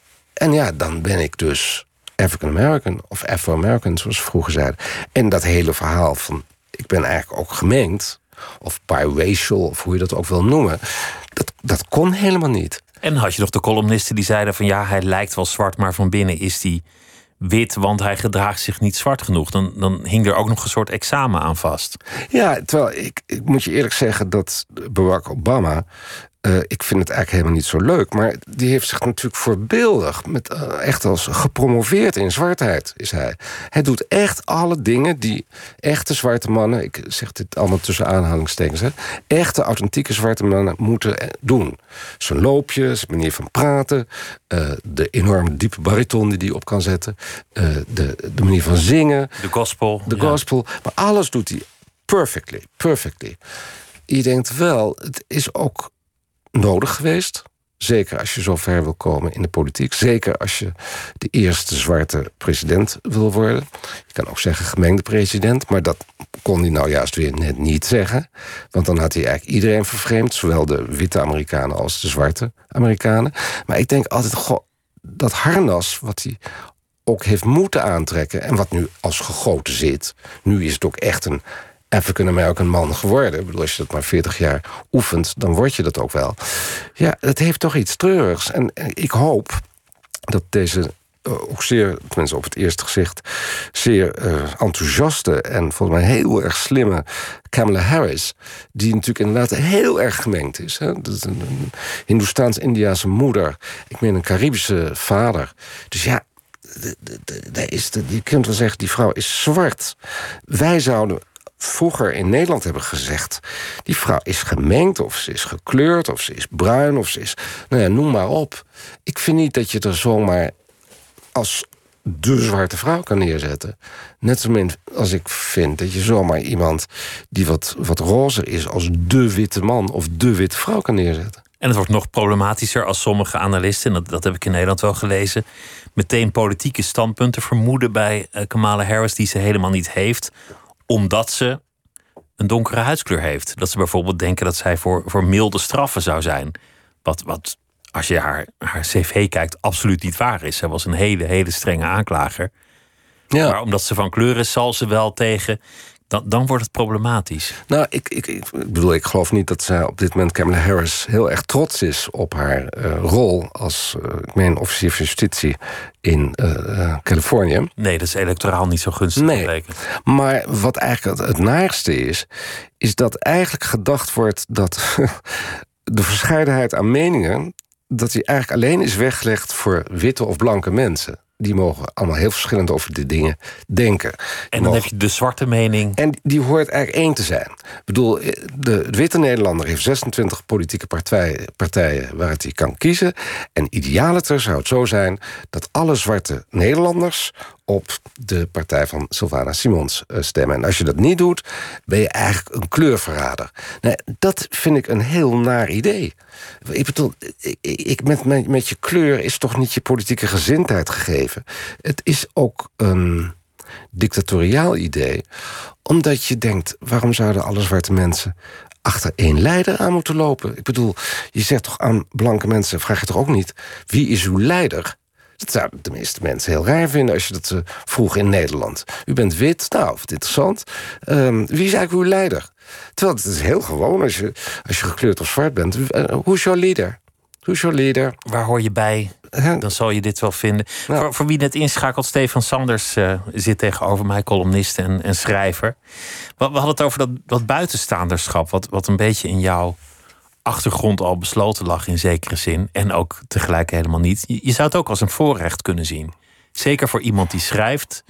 En ja, dan ben ik dus African-American of Afro-American, zoals ze vroeger zeiden. En dat hele verhaal van, ik ben eigenlijk ook gemengd, of biracial, of hoe je dat ook wil noemen, dat, dat kon helemaal niet. En had je nog de columnisten die zeiden van, ja, hij lijkt wel zwart, maar van binnen is hij wit, want hij gedraagt zich niet zwart genoeg. Dan, dan hing er ook nog een soort examen aan vast. Ja, terwijl ik, ik moet je eerlijk zeggen dat Barack Obama, Uh, ik vind het eigenlijk helemaal niet zo leuk, maar die heeft zich natuurlijk voorbeeldig, met, uh, echt als gepromoveerd in zwartheid is hij. Hij doet echt alle dingen die echte zwarte mannen, ik zeg dit allemaal tussen aanhalingstekens, hè, echte authentieke zwarte mannen moeten doen. Zijn loopjes, zijn manier van praten, uh, de enorme diepe bariton die hij op kan zetten, uh, de, de manier van zingen. De gospel. De ja. gospel, maar alles doet hij perfectly, perfectly. Je denkt wel, het is ook nodig geweest. Zeker als je zo ver wil komen in de politiek. Zeker als je de eerste zwarte president wil worden. Je kan ook zeggen gemengde president. Maar dat kon hij nou juist weer net niet zeggen. Want dan had hij eigenlijk iedereen vervreemd. Zowel de witte Amerikanen als de zwarte Amerikanen. Maar ik denk altijd, goh, dat harnas wat hij ook heeft moeten aantrekken, en wat nu als gegoten zit. Nu is het ook echt een African-American man geworden. Ik bedoel, als je dat maar veertig jaar oefent, dan word je dat ook wel. Ja, het heeft toch iets treurigs. En ik hoop dat deze, ook zeer, tenminste op het eerste gezicht, zeer uh, enthousiaste en volgens mij heel erg slimme Kamala Harris, die natuurlijk inderdaad heel erg gemengd is. Hè? Dat is een, een Hindoestaans-Indiaanse moeder, ik meen een Caribische vader. Dus ja, de, de, de, de is de, je kunt wel zeggen, die vrouw is zwart. Wij zouden vroeger in Nederland hebben gezegd, die vrouw is gemengd, of ze is gekleurd, of ze is bruin, of ze is, nou ja, noem maar op. Ik vind niet dat je er zomaar als de zwarte vrouw kan neerzetten. Net zo min als ik vind dat je zomaar iemand die wat, wat rozer is als de witte man of de witte vrouw kan neerzetten. En het wordt nog problematischer als sommige analisten, en dat, dat heb ik in Nederland wel gelezen, meteen politieke standpunten vermoeden bij uh, Kamala Harris die ze helemaal niet heeft, omdat ze een donkere huidskleur heeft. Dat ze bijvoorbeeld denken dat zij voor, voor milde straffen zou zijn. Wat, wat als je haar, haar cv kijkt, absoluut niet waar is. Zij was een hele, hele strenge aanklager. Ja. Maar omdat ze van kleur is, zal ze wel tegen. Dan, dan wordt het problematisch. Nou, ik, ik, ik bedoel, ik geloof niet dat zij op dit moment, Kamala Harris, heel erg trots is op haar uh, rol als, uh, ik meen, officier van justitie in uh, uh, Californië. Nee, dat is electoraal niet zo gunstig nee. gebleken. Maar wat eigenlijk het, het naarste is, is dat eigenlijk gedacht wordt dat de verscheidenheid aan meningen, dat die eigenlijk alleen is weggelegd voor witte of blanke mensen. Die mogen allemaal heel verschillend over die dingen denken. En dan mogen... heb je de zwarte mening. En die hoort eigenlijk één te zijn. Ik bedoel, de, de witte Nederlander heeft zesentwintig politieke partijen, partijen waaruit hij kan kiezen. En idealiter zou het zo zijn dat alle zwarte Nederlanders op de partij van Sylvana Simons stemmen. En als je dat niet doet, ben je eigenlijk een kleurverrader. Nou, dat vind ik een heel naar idee. Ik bedoel, ik, ik, met, met, met je kleur is toch niet je politieke gezindheid gegeven. Het is ook een dictatoriaal idee, omdat je denkt, waarom zouden alle zwarte mensen achter één leider aan moeten lopen? Ik bedoel, je zegt toch aan blanke mensen, vraag je toch ook niet, wie is uw leider? Dat zouden de meeste mensen heel raar vinden als je dat uh, vroeg in Nederland. U bent wit, nou, wat interessant. Um, wie is eigenlijk uw leider? Terwijl het is heel gewoon als je, als je gekleurd of zwart bent. Uh, hoe is jouw leader? Hoe is jouw leader? Waar hoor je bij? Uh, Dan zal je dit wel vinden. Nou. Voor, voor wie net inschakelt, Stefan Sanders uh, zit tegenover mij, columnist en, en schrijver. We, we hadden het over dat, dat buitenstaanderschap, wat, wat een beetje in jouw achtergrond al besloten lag in zekere zin. En ook tegelijk helemaal niet. Je, je zou het ook als een voorrecht kunnen zien. Zeker voor iemand die schrijft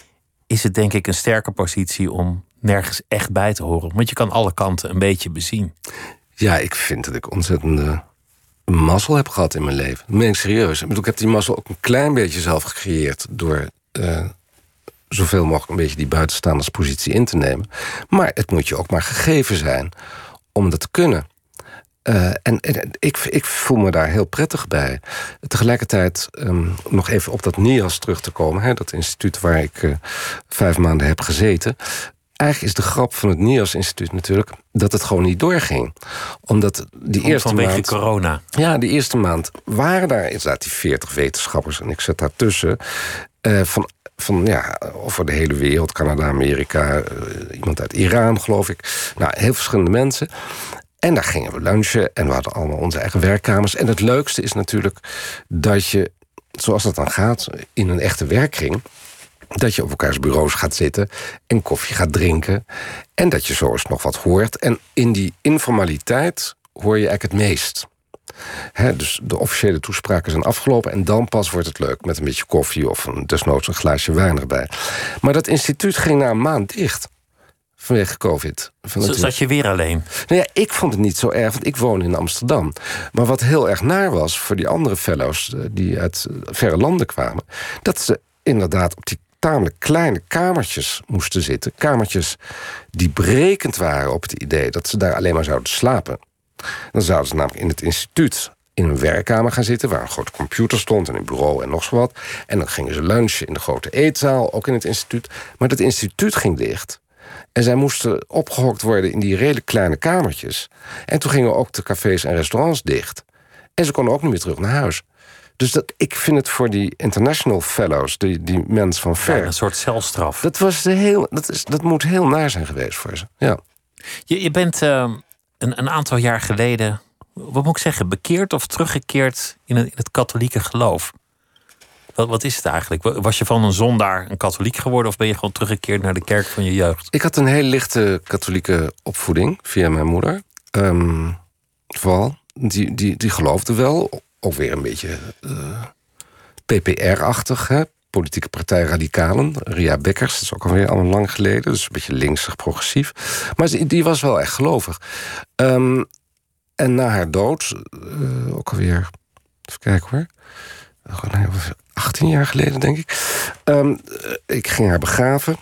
is het denk ik een sterke positie om nergens echt bij te horen. Want je kan alle kanten een beetje bezien. Ja, ik vind dat ik ontzettende mazzel heb gehad in mijn leven. Dat meen ik serieus. Ik bedoel, ik heb die mazzel ook een klein beetje zelf gecreëerd door uh, zoveel mogelijk een beetje die buitenstaanderspositie in te nemen. Maar het moet je ook maar gegeven zijn om dat te kunnen. Uh, en en ik, ik voel me daar heel prettig bij. Tegelijkertijd, um, nog even op dat N I A S terug te komen, hè, dat instituut waar ik uh, vijf maanden heb gezeten. eigenlijk is de grap van het N I O S-instituut natuurlijk dat het gewoon niet doorging. Omdat die Om, eerste vanwege maand... corona. Ja, die eerste maand waren daar inderdaad die veertig wetenschappers... en ik zet daartussen... Uh, van, van ja, over de hele wereld, Canada, Amerika... Uh, iemand uit Iran, geloof ik. Nou, heel verschillende mensen. En daar gingen we lunchen en we hadden allemaal onze eigen werkkamers. En het leukste is natuurlijk dat je, zoals dat dan gaat... in een echte werkkring... dat je op elkaars bureaus gaat zitten en koffie gaat drinken... en dat je zo eens nog wat hoort. En in die informaliteit hoor je eigenlijk het meest. He, dus de officiële toespraken zijn afgelopen... en dan pas wordt het leuk met een beetje koffie... of een, desnoods een glaasje wijn erbij. Maar dat instituut ging na een maand dicht... vanwege COVID. Van zat je weer alleen? Nou ja, ik vond het niet zo erg, want ik woon in Amsterdam. Maar wat heel erg naar was voor die andere fellows... die uit verre landen kwamen... dat ze inderdaad op die tamelijk kleine kamertjes moesten zitten. Kamertjes die berekend waren op het idee... dat ze daar alleen maar zouden slapen. Dan zouden ze namelijk in het instituut... in een werkkamer gaan zitten... waar een grote computer stond en een bureau en nog zo wat. En dan gingen ze lunchen in de grote eetzaal... ook in het instituut. Maar dat instituut ging dicht... En zij moesten opgehokt worden in die redelijk kleine kamertjes. En toen gingen ook de cafés en restaurants dicht. En ze konden ook niet meer terug naar huis. Dus dat, ik vind het voor die international fellows, die, die mensen van ver... Ja, een soort celstraf. Dat, was de heel, dat, is, dat moet heel naar zijn geweest voor ze, ja. Je, je bent uh, een, een aantal jaar geleden, wat moet ik zeggen... bekeerd of teruggekeerd in, een, in het katholieke geloof. Wat, wat is het eigenlijk? Was je van een zondaar een katholiek geworden... of ben je gewoon teruggekeerd naar de kerk van je jeugd? Ik had een heel lichte katholieke opvoeding via mijn moeder. Um, vooral, die, die, die geloofde wel. Ook weer een beetje uh, P P R-achtig, hè? Politieke partij Radicalen. Ria Bekkers, dat is ook alweer al lang geleden. Dus een beetje linksig, progressief. Maar die, die was wel echt gelovig. Um, en na haar dood, uh, ook alweer... Even kijken hoor... achttien jaar geleden, denk ik. Um, ik ging haar begraven.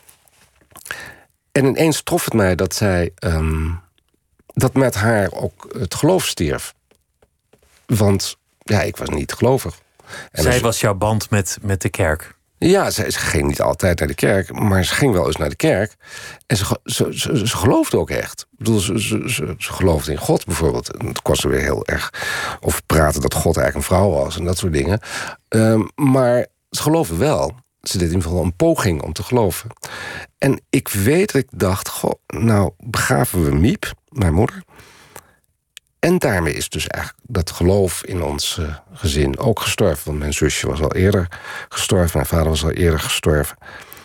En ineens trof het mij dat zij... Um, dat met haar ook het geloof stierf. Want, ja, ik was niet gelovig. En zij dus, was jouw band met, met de kerk? Ja, ze, ze ging niet altijd naar de kerk... maar ze ging wel eens naar de kerk. En ze, ze, ze, ze geloofde ook echt. Ik bedoel, ze, ze, ze, ze geloofde in God bijvoorbeeld. En toen kon ze weer heel erg over praten... dat God eigenlijk een vrouw was en dat soort dingen. Um, maar ze geloofde wel. Ze deed in ieder geval een poging om te geloven. En ik weet dat ik dacht... Goh, nou, begraven we Miep, mijn moeder... En daarmee is dus eigenlijk dat geloof in ons uh, gezin ook gestorven. Want mijn zusje was al eerder gestorven. Mijn vader was al eerder gestorven.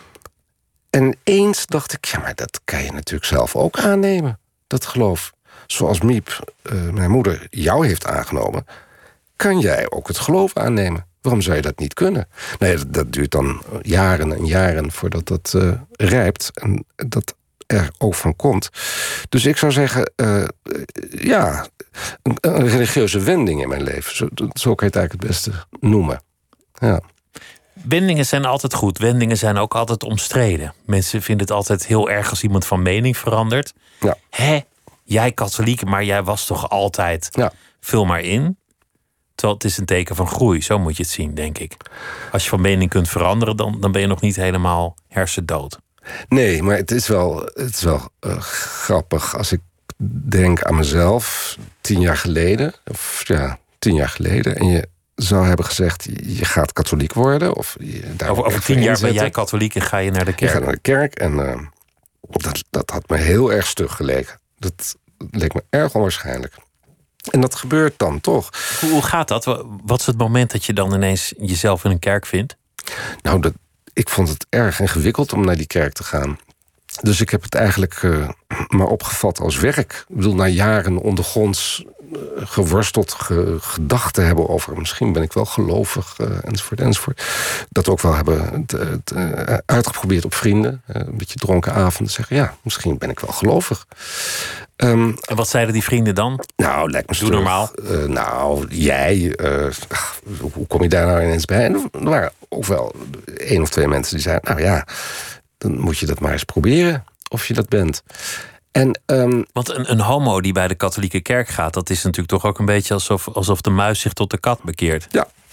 En eens dacht ik, ja, maar dat kan je natuurlijk zelf ook aannemen. Dat geloof. Zoals Miep, uh, mijn moeder, jou heeft aangenomen... kan jij ook het geloof aannemen. Waarom zou je dat niet kunnen? Nee, dat, dat duurt dan jaren en jaren voordat dat uh, rijpt. En dat er ook van komt. Dus ik zou zeggen, uh, ja, een, een religieuze wending in mijn leven. Zo, zo kan je het eigenlijk het beste noemen. Ja. Wendingen zijn altijd goed. Wendingen zijn ook altijd omstreden. Mensen vinden het altijd heel erg als iemand van mening verandert. Ja. Hé, jij katholiek, maar jij was toch altijd... Ja. Vul maar in. Terwijl het is een teken van groei. Zo moet je het zien, denk ik. Als je van mening kunt veranderen, dan, dan ben je nog niet helemaal hersendood. Nee, maar het is wel, het is wel uh, grappig als ik denk aan mezelf tien jaar geleden. Of ja, tien jaar geleden. En je zou hebben gezegd, je gaat katholiek worden. Of je daar over over tien jaar ben jij katholiek en ga je naar de kerk. Je gaat naar de kerk en uh, dat, dat had me heel erg stug geleken. Dat leek me erg onwaarschijnlijk. En dat gebeurt dan toch. Hoe, hoe gaat dat? Wat is het moment dat je dan ineens jezelf in een kerk vindt? Nou, dat, ik vond het erg ingewikkeld om naar die kerk te gaan. Dus ik heb het eigenlijk uh, maar opgevat als werk. Ik bedoel, na jaren ondergronds uh, geworsteld, ge, gedacht te hebben over... misschien ben ik wel gelovig, uh, enzovoort, enzovoort. Dat ook wel hebben te, te, uitgeprobeerd op vrienden. Uh, een beetje dronken avonden. Zeggen, ja, misschien ben ik wel gelovig. Um, en wat zeiden die vrienden dan? Nou, lijkt me Doe normaal. Uh, nou, jij, uh, ach, hoe kom je daar nou ineens bij? En er waren ook wel één of twee mensen die zeiden... nou ja, dan moet je dat maar eens proberen, of je dat bent. En, um, Want een, een homo die bij de katholieke kerk gaat... dat is natuurlijk toch ook een beetje alsof, alsof de muis zich tot de kat bekeert. Ja,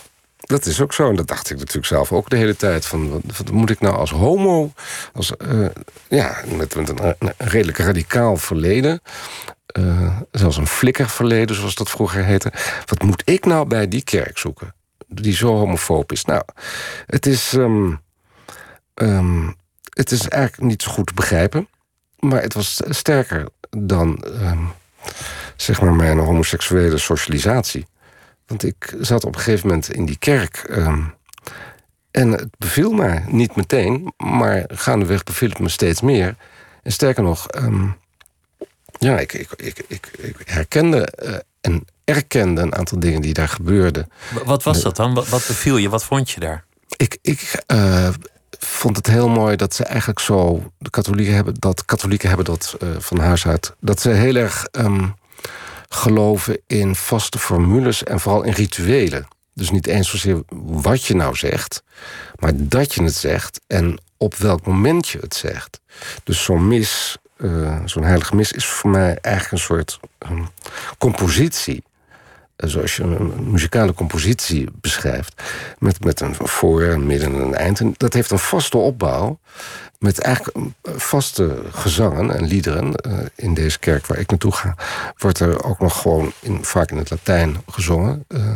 Dat is ook zo. En dat dacht ik natuurlijk zelf ook de hele tijd. Van, wat, wat moet ik nou als homo... Als, uh, ja, met, met een, een redelijk radicaal verleden... Uh, zelfs een flikkerverleden, zoals dat vroeger heette... wat moet ik nou bij die kerk zoeken? Die zo homofoob is. Nou, het is... Um, um, het is eigenlijk niet zo goed te begrijpen... maar het was sterker dan... Um, zeg maar mijn homoseksuele socialisatie... Want ik zat op een gegeven moment in die kerk. Um, en het beviel me niet meteen. Maar gaandeweg beviel het me steeds meer. En sterker nog... Um, ja, ik, ik, ik, ik, ik herkende uh, en erkende een aantal dingen die daar gebeurden. Wat was dat dan? Wat, wat beviel je? Wat vond je daar? Ik, ik uh, vond het heel mooi dat ze eigenlijk zo... De katholieken hebben dat, katholieken hebben dat uh, van huis uit... dat ze heel erg... Um, geloven in vaste formules en vooral in rituelen. Dus niet eens zozeer wat je nou zegt, maar dat je het zegt en op welk moment je het zegt. Dus zo'n mis, uh, zo'n heilige mis is voor mij eigenlijk een soort um, compositie. Uh, zoals je een, een muzikale compositie beschrijft. Met, met een voor, een midden en een eind. En dat heeft een vaste opbouw. Met eigenlijk vaste gezangen en liederen. Uh, in deze kerk waar ik naartoe ga... wordt er ook nog gewoon in, vaak in het Latijn gezongen. Uh,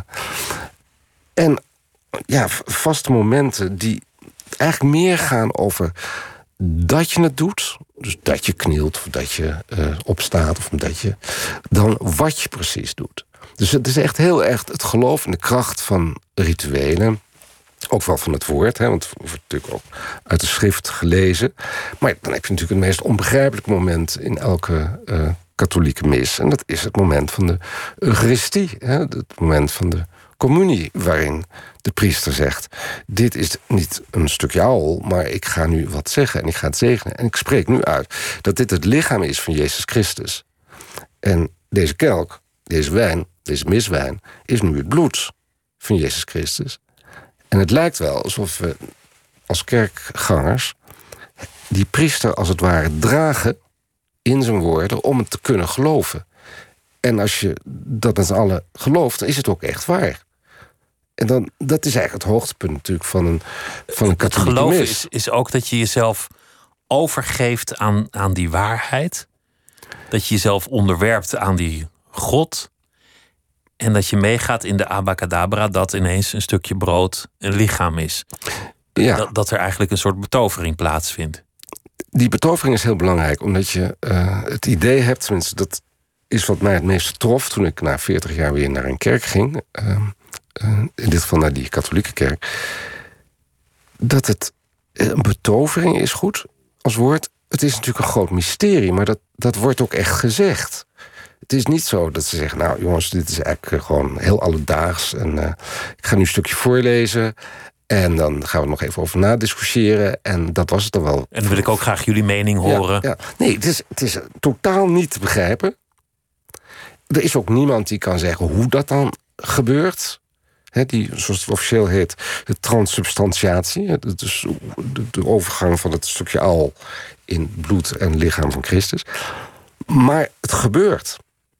en ja, vaste momenten die eigenlijk meer gaan over... dat je het doet, dus dat je knielt... of dat je uh, opstaat, of dat je... dan wat je precies doet. Dus het is echt heel erg het geloof in de kracht van rituelen... Ook wel van het woord, hè, want het wordt natuurlijk ook uit de schrift gelezen. Maar dan heb je natuurlijk het meest onbegrijpelijke moment... in elke uh, katholieke mis. En dat is het moment van de Eucharistie. Hè, het moment van de communie, waarin de priester zegt... dit is niet een stukje ouwel, maar ik ga nu wat zeggen... en ik ga het zegenen. En ik spreek nu uit dat dit het lichaam is van Jezus Christus. En deze kelk, deze wijn, deze miswijn... is nu het bloed van Jezus Christus... En het lijkt wel alsof we als kerkgangers... die priester als het ware dragen in zijn woorden... om het te kunnen geloven. En als je dat met z'n allen gelooft, dan is het ook echt waar. En dan, dat is eigenlijk het hoogtepunt natuurlijk van een, van een katholieke mis. Het geloof is, is ook dat je jezelf overgeeft aan, aan die waarheid. Dat je jezelf onderwerpt aan die God... En dat je meegaat in de abacadabra... dat ineens een stukje brood een lichaam is. Ja. Dat, dat er eigenlijk een soort betovering plaatsvindt. Die betovering is heel belangrijk. Omdat je uh, het idee hebt... tenminste, dat is wat mij het meest trof... toen ik na veertig jaar weer naar een kerk ging. Uh, uh, in dit geval naar die katholieke kerk. Dat het een betovering is goed als woord. Het is natuurlijk een groot mysterie... maar dat, dat wordt ook echt gezegd... Het is niet zo dat ze zeggen... nou jongens, dit is eigenlijk gewoon heel alledaags... en uh, ik ga nu een stukje voorlezen... en dan gaan we er nog even over nadiscussiëren... en dat was het dan wel. En dan wil ik ook graag jullie mening horen. Ja, ja. Nee, het is, het is totaal niet te begrijpen. Er is ook niemand die kan zeggen hoe dat dan gebeurt... He, die, zoals het officieel heet, de transsubstantiatie... dus de, de overgang van het stukje al... in bloed en lichaam van Christus... Maar het gebeurt.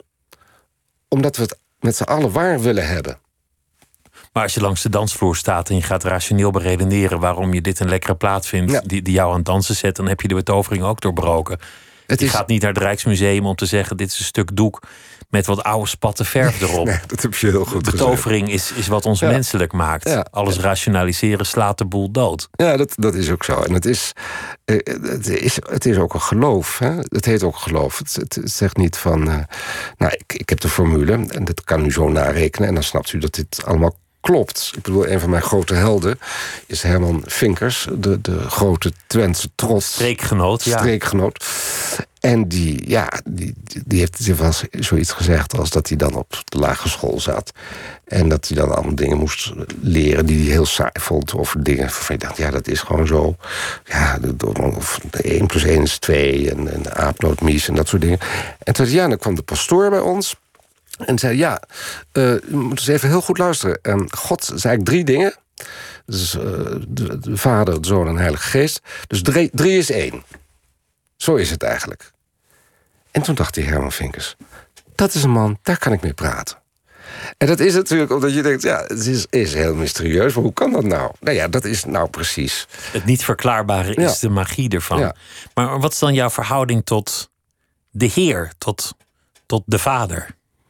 Omdat we het met z'n allen waar willen hebben. Maar als je langs de dansvloer staat en je gaat rationeel beredeneren... waarom je dit een lekkere plaat vindt ja. die, die jou aan het dansen zet... dan heb je de betovering ook doorbroken. Het je is... gaat niet naar het Rijksmuseum om te zeggen... dit is een stuk doek met wat oude spatten verf erop. Nee, dat heb je heel goed gezegd. Betovering is, is wat ons ja. menselijk maakt. Ja. Alles ja. rationaliseren slaat de boel dood. Ja, dat, dat is ook zo. En het is, het is, het is ook een geloof. Hè? Het heet ook geloof. Het, het, het zegt niet van... Uh, nou, ik, ik heb de formule en dat kan u zo narekenen... en dan snapt u dat dit allemaal klopt. Ik bedoel, een van mijn grote helden is Herman Vinkers... de, de grote Twentse trots. Streekgenoot, ja. Streekgenoot. En die, ja, die, die heeft wel zoiets gezegd... als dat hij dan op de lagere school zat... en dat hij dan allemaal dingen moest leren... die hij heel saai vond, over dingen waarvan je dacht... ja, dat is gewoon zo. Ja, of één plus één is twee... en, en aapnootmies en dat soort dingen. En toen ja, dan kwam de pastoor bij ons... en zei, ja, uh, je moet eens even heel goed luisteren. Um, God zei eigenlijk drie dingen. Dus uh, de, de Vader, de Zoon en de Heilige Geest. Dus drie, drie is één. Zo is het eigenlijk. En toen dacht die Herman Vinkers... dat is een man, daar kan ik mee praten. En dat is natuurlijk omdat je denkt, ja, het is, is heel mysterieus. Maar hoe kan dat nou? Nou ja, dat is nou precies. Het niet verklaarbare is Ja. de magie ervan. Ja. Maar wat is dan jouw verhouding tot de Heer, tot, tot de Vader?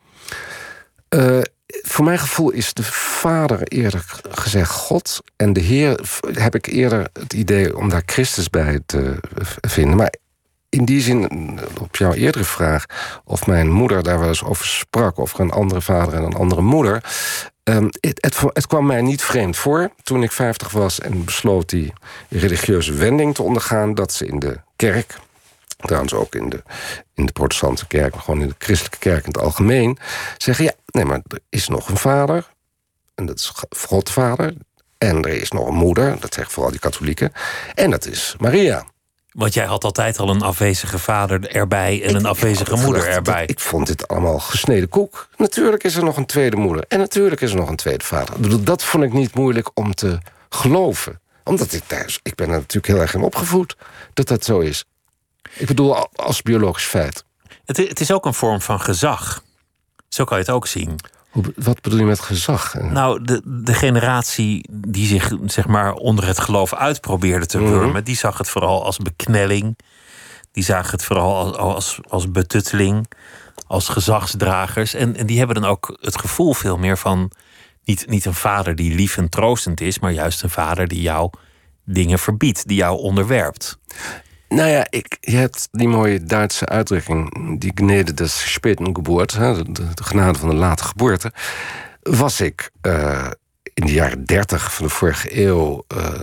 Uh, voor mijn gevoel is de Vader eerder gezegd God. En de Heer heb ik eerder het idee om daar Christus bij te vinden. Maar in die zin, op jouw eerdere vraag, of mijn moeder daar wel eens over sprak, over een andere vader en een andere moeder. Um, het, het, het kwam mij niet vreemd voor toen ik vijftig was en besloot die religieuze wending te ondergaan, dat ze in de kerk, trouwens ook in de, in de protestantse kerk, maar gewoon in de christelijke kerk in het algemeen, zeggen, ja, nee, maar er is nog een vader, en dat is Godvader, en er is nog een moeder, dat zeggen vooral die katholieken, en dat is Maria. Want jij had altijd al een afwezige vader erbij en een afwezige moeder erbij. Ik vond dit allemaal gesneden koek. Natuurlijk is er nog een tweede moeder. En natuurlijk is er nog een tweede vader. Ik bedoel, dat vond ik niet moeilijk om te geloven. Omdat ik thuis... Ik ben er natuurlijk heel erg in opgevoed dat dat zo is. Ik bedoel, als biologisch feit. Het, het is ook een vorm van gezag. Zo kan je het ook zien. Hoe, wat bedoel je met gezag? Nou, de, de generatie die zich zeg maar onder het geloof uit probeerde te wurmen, mm-hmm. die zag het vooral als beknelling. Die zagen het vooral als, als, als betutteling, als gezagsdragers. En, en die hebben dan ook het gevoel veel meer van niet, niet een vader die lief en troostend is, maar juist een vader die jou dingen verbiedt, die jou onderwerpt. Nou ja, ik, je hebt die mooie Duitse uitdrukking, die Gnade des späten Geburt, de, de genade van de late geboorte. Was ik uh, in de jaren dertig van de vorige eeuw, uh,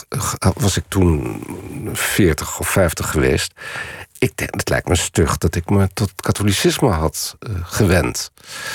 was ik toen veertig of vijftig geweest. Ik denk, het lijkt me stug dat ik me tot katholicisme had uh, gewend.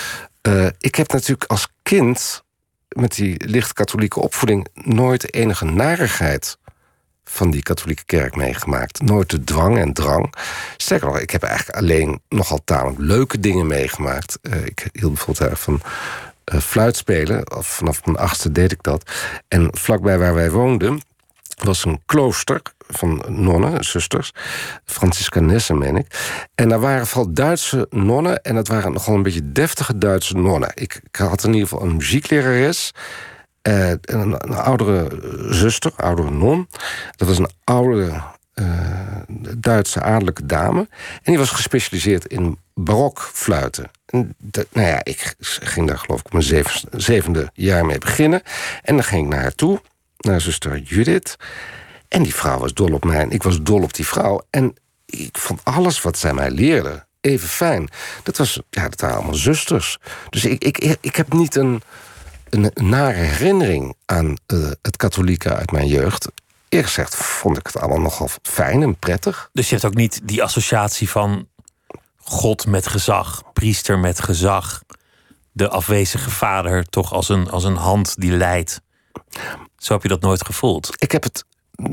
Uh, ik heb natuurlijk als kind met die licht katholieke opvoeding nooit enige narigheid van die katholieke kerk meegemaakt. Nooit de dwang en drang. Sterker nog, ik heb eigenlijk alleen nogal tamelijk leuke dingen meegemaakt. Uh, ik hield bijvoorbeeld erg van uh, fluitspelen. Of vanaf mijn achtste deed ik dat. En vlakbij waar wij woonden was een klooster van nonnen, zusters. Franciscanessen, meen ik. En daar waren vooral Duitse nonnen. En dat waren nogal een beetje deftige Duitse nonnen. Ik, ik had in ieder geval een muzieklerares. Uh, een, een oudere zuster, oudere non. Dat was een oude uh, Duitse adellijke dame. En die was gespecialiseerd in barokfluiten. En de, nou ja, ik ging daar geloof ik op mijn zeven, zevende jaar mee beginnen. En dan ging ik naar haar toe, naar zuster Judith. En die vrouw was dol op mij en ik was dol op die vrouw. En ik vond alles wat zij mij leerde even fijn. Dat, was, ja, dat waren allemaal zusters. Dus ik, ik, ik heb niet een... een nare herinnering aan uh, het katholieke uit mijn jeugd. Eerlijk gezegd vond ik het allemaal nogal fijn en prettig. Dus je hebt ook niet die associatie van God met gezag, priester met gezag, de afwezige vader toch als een, als een hand die leidt. Zo heb je dat nooit gevoeld? Ik heb het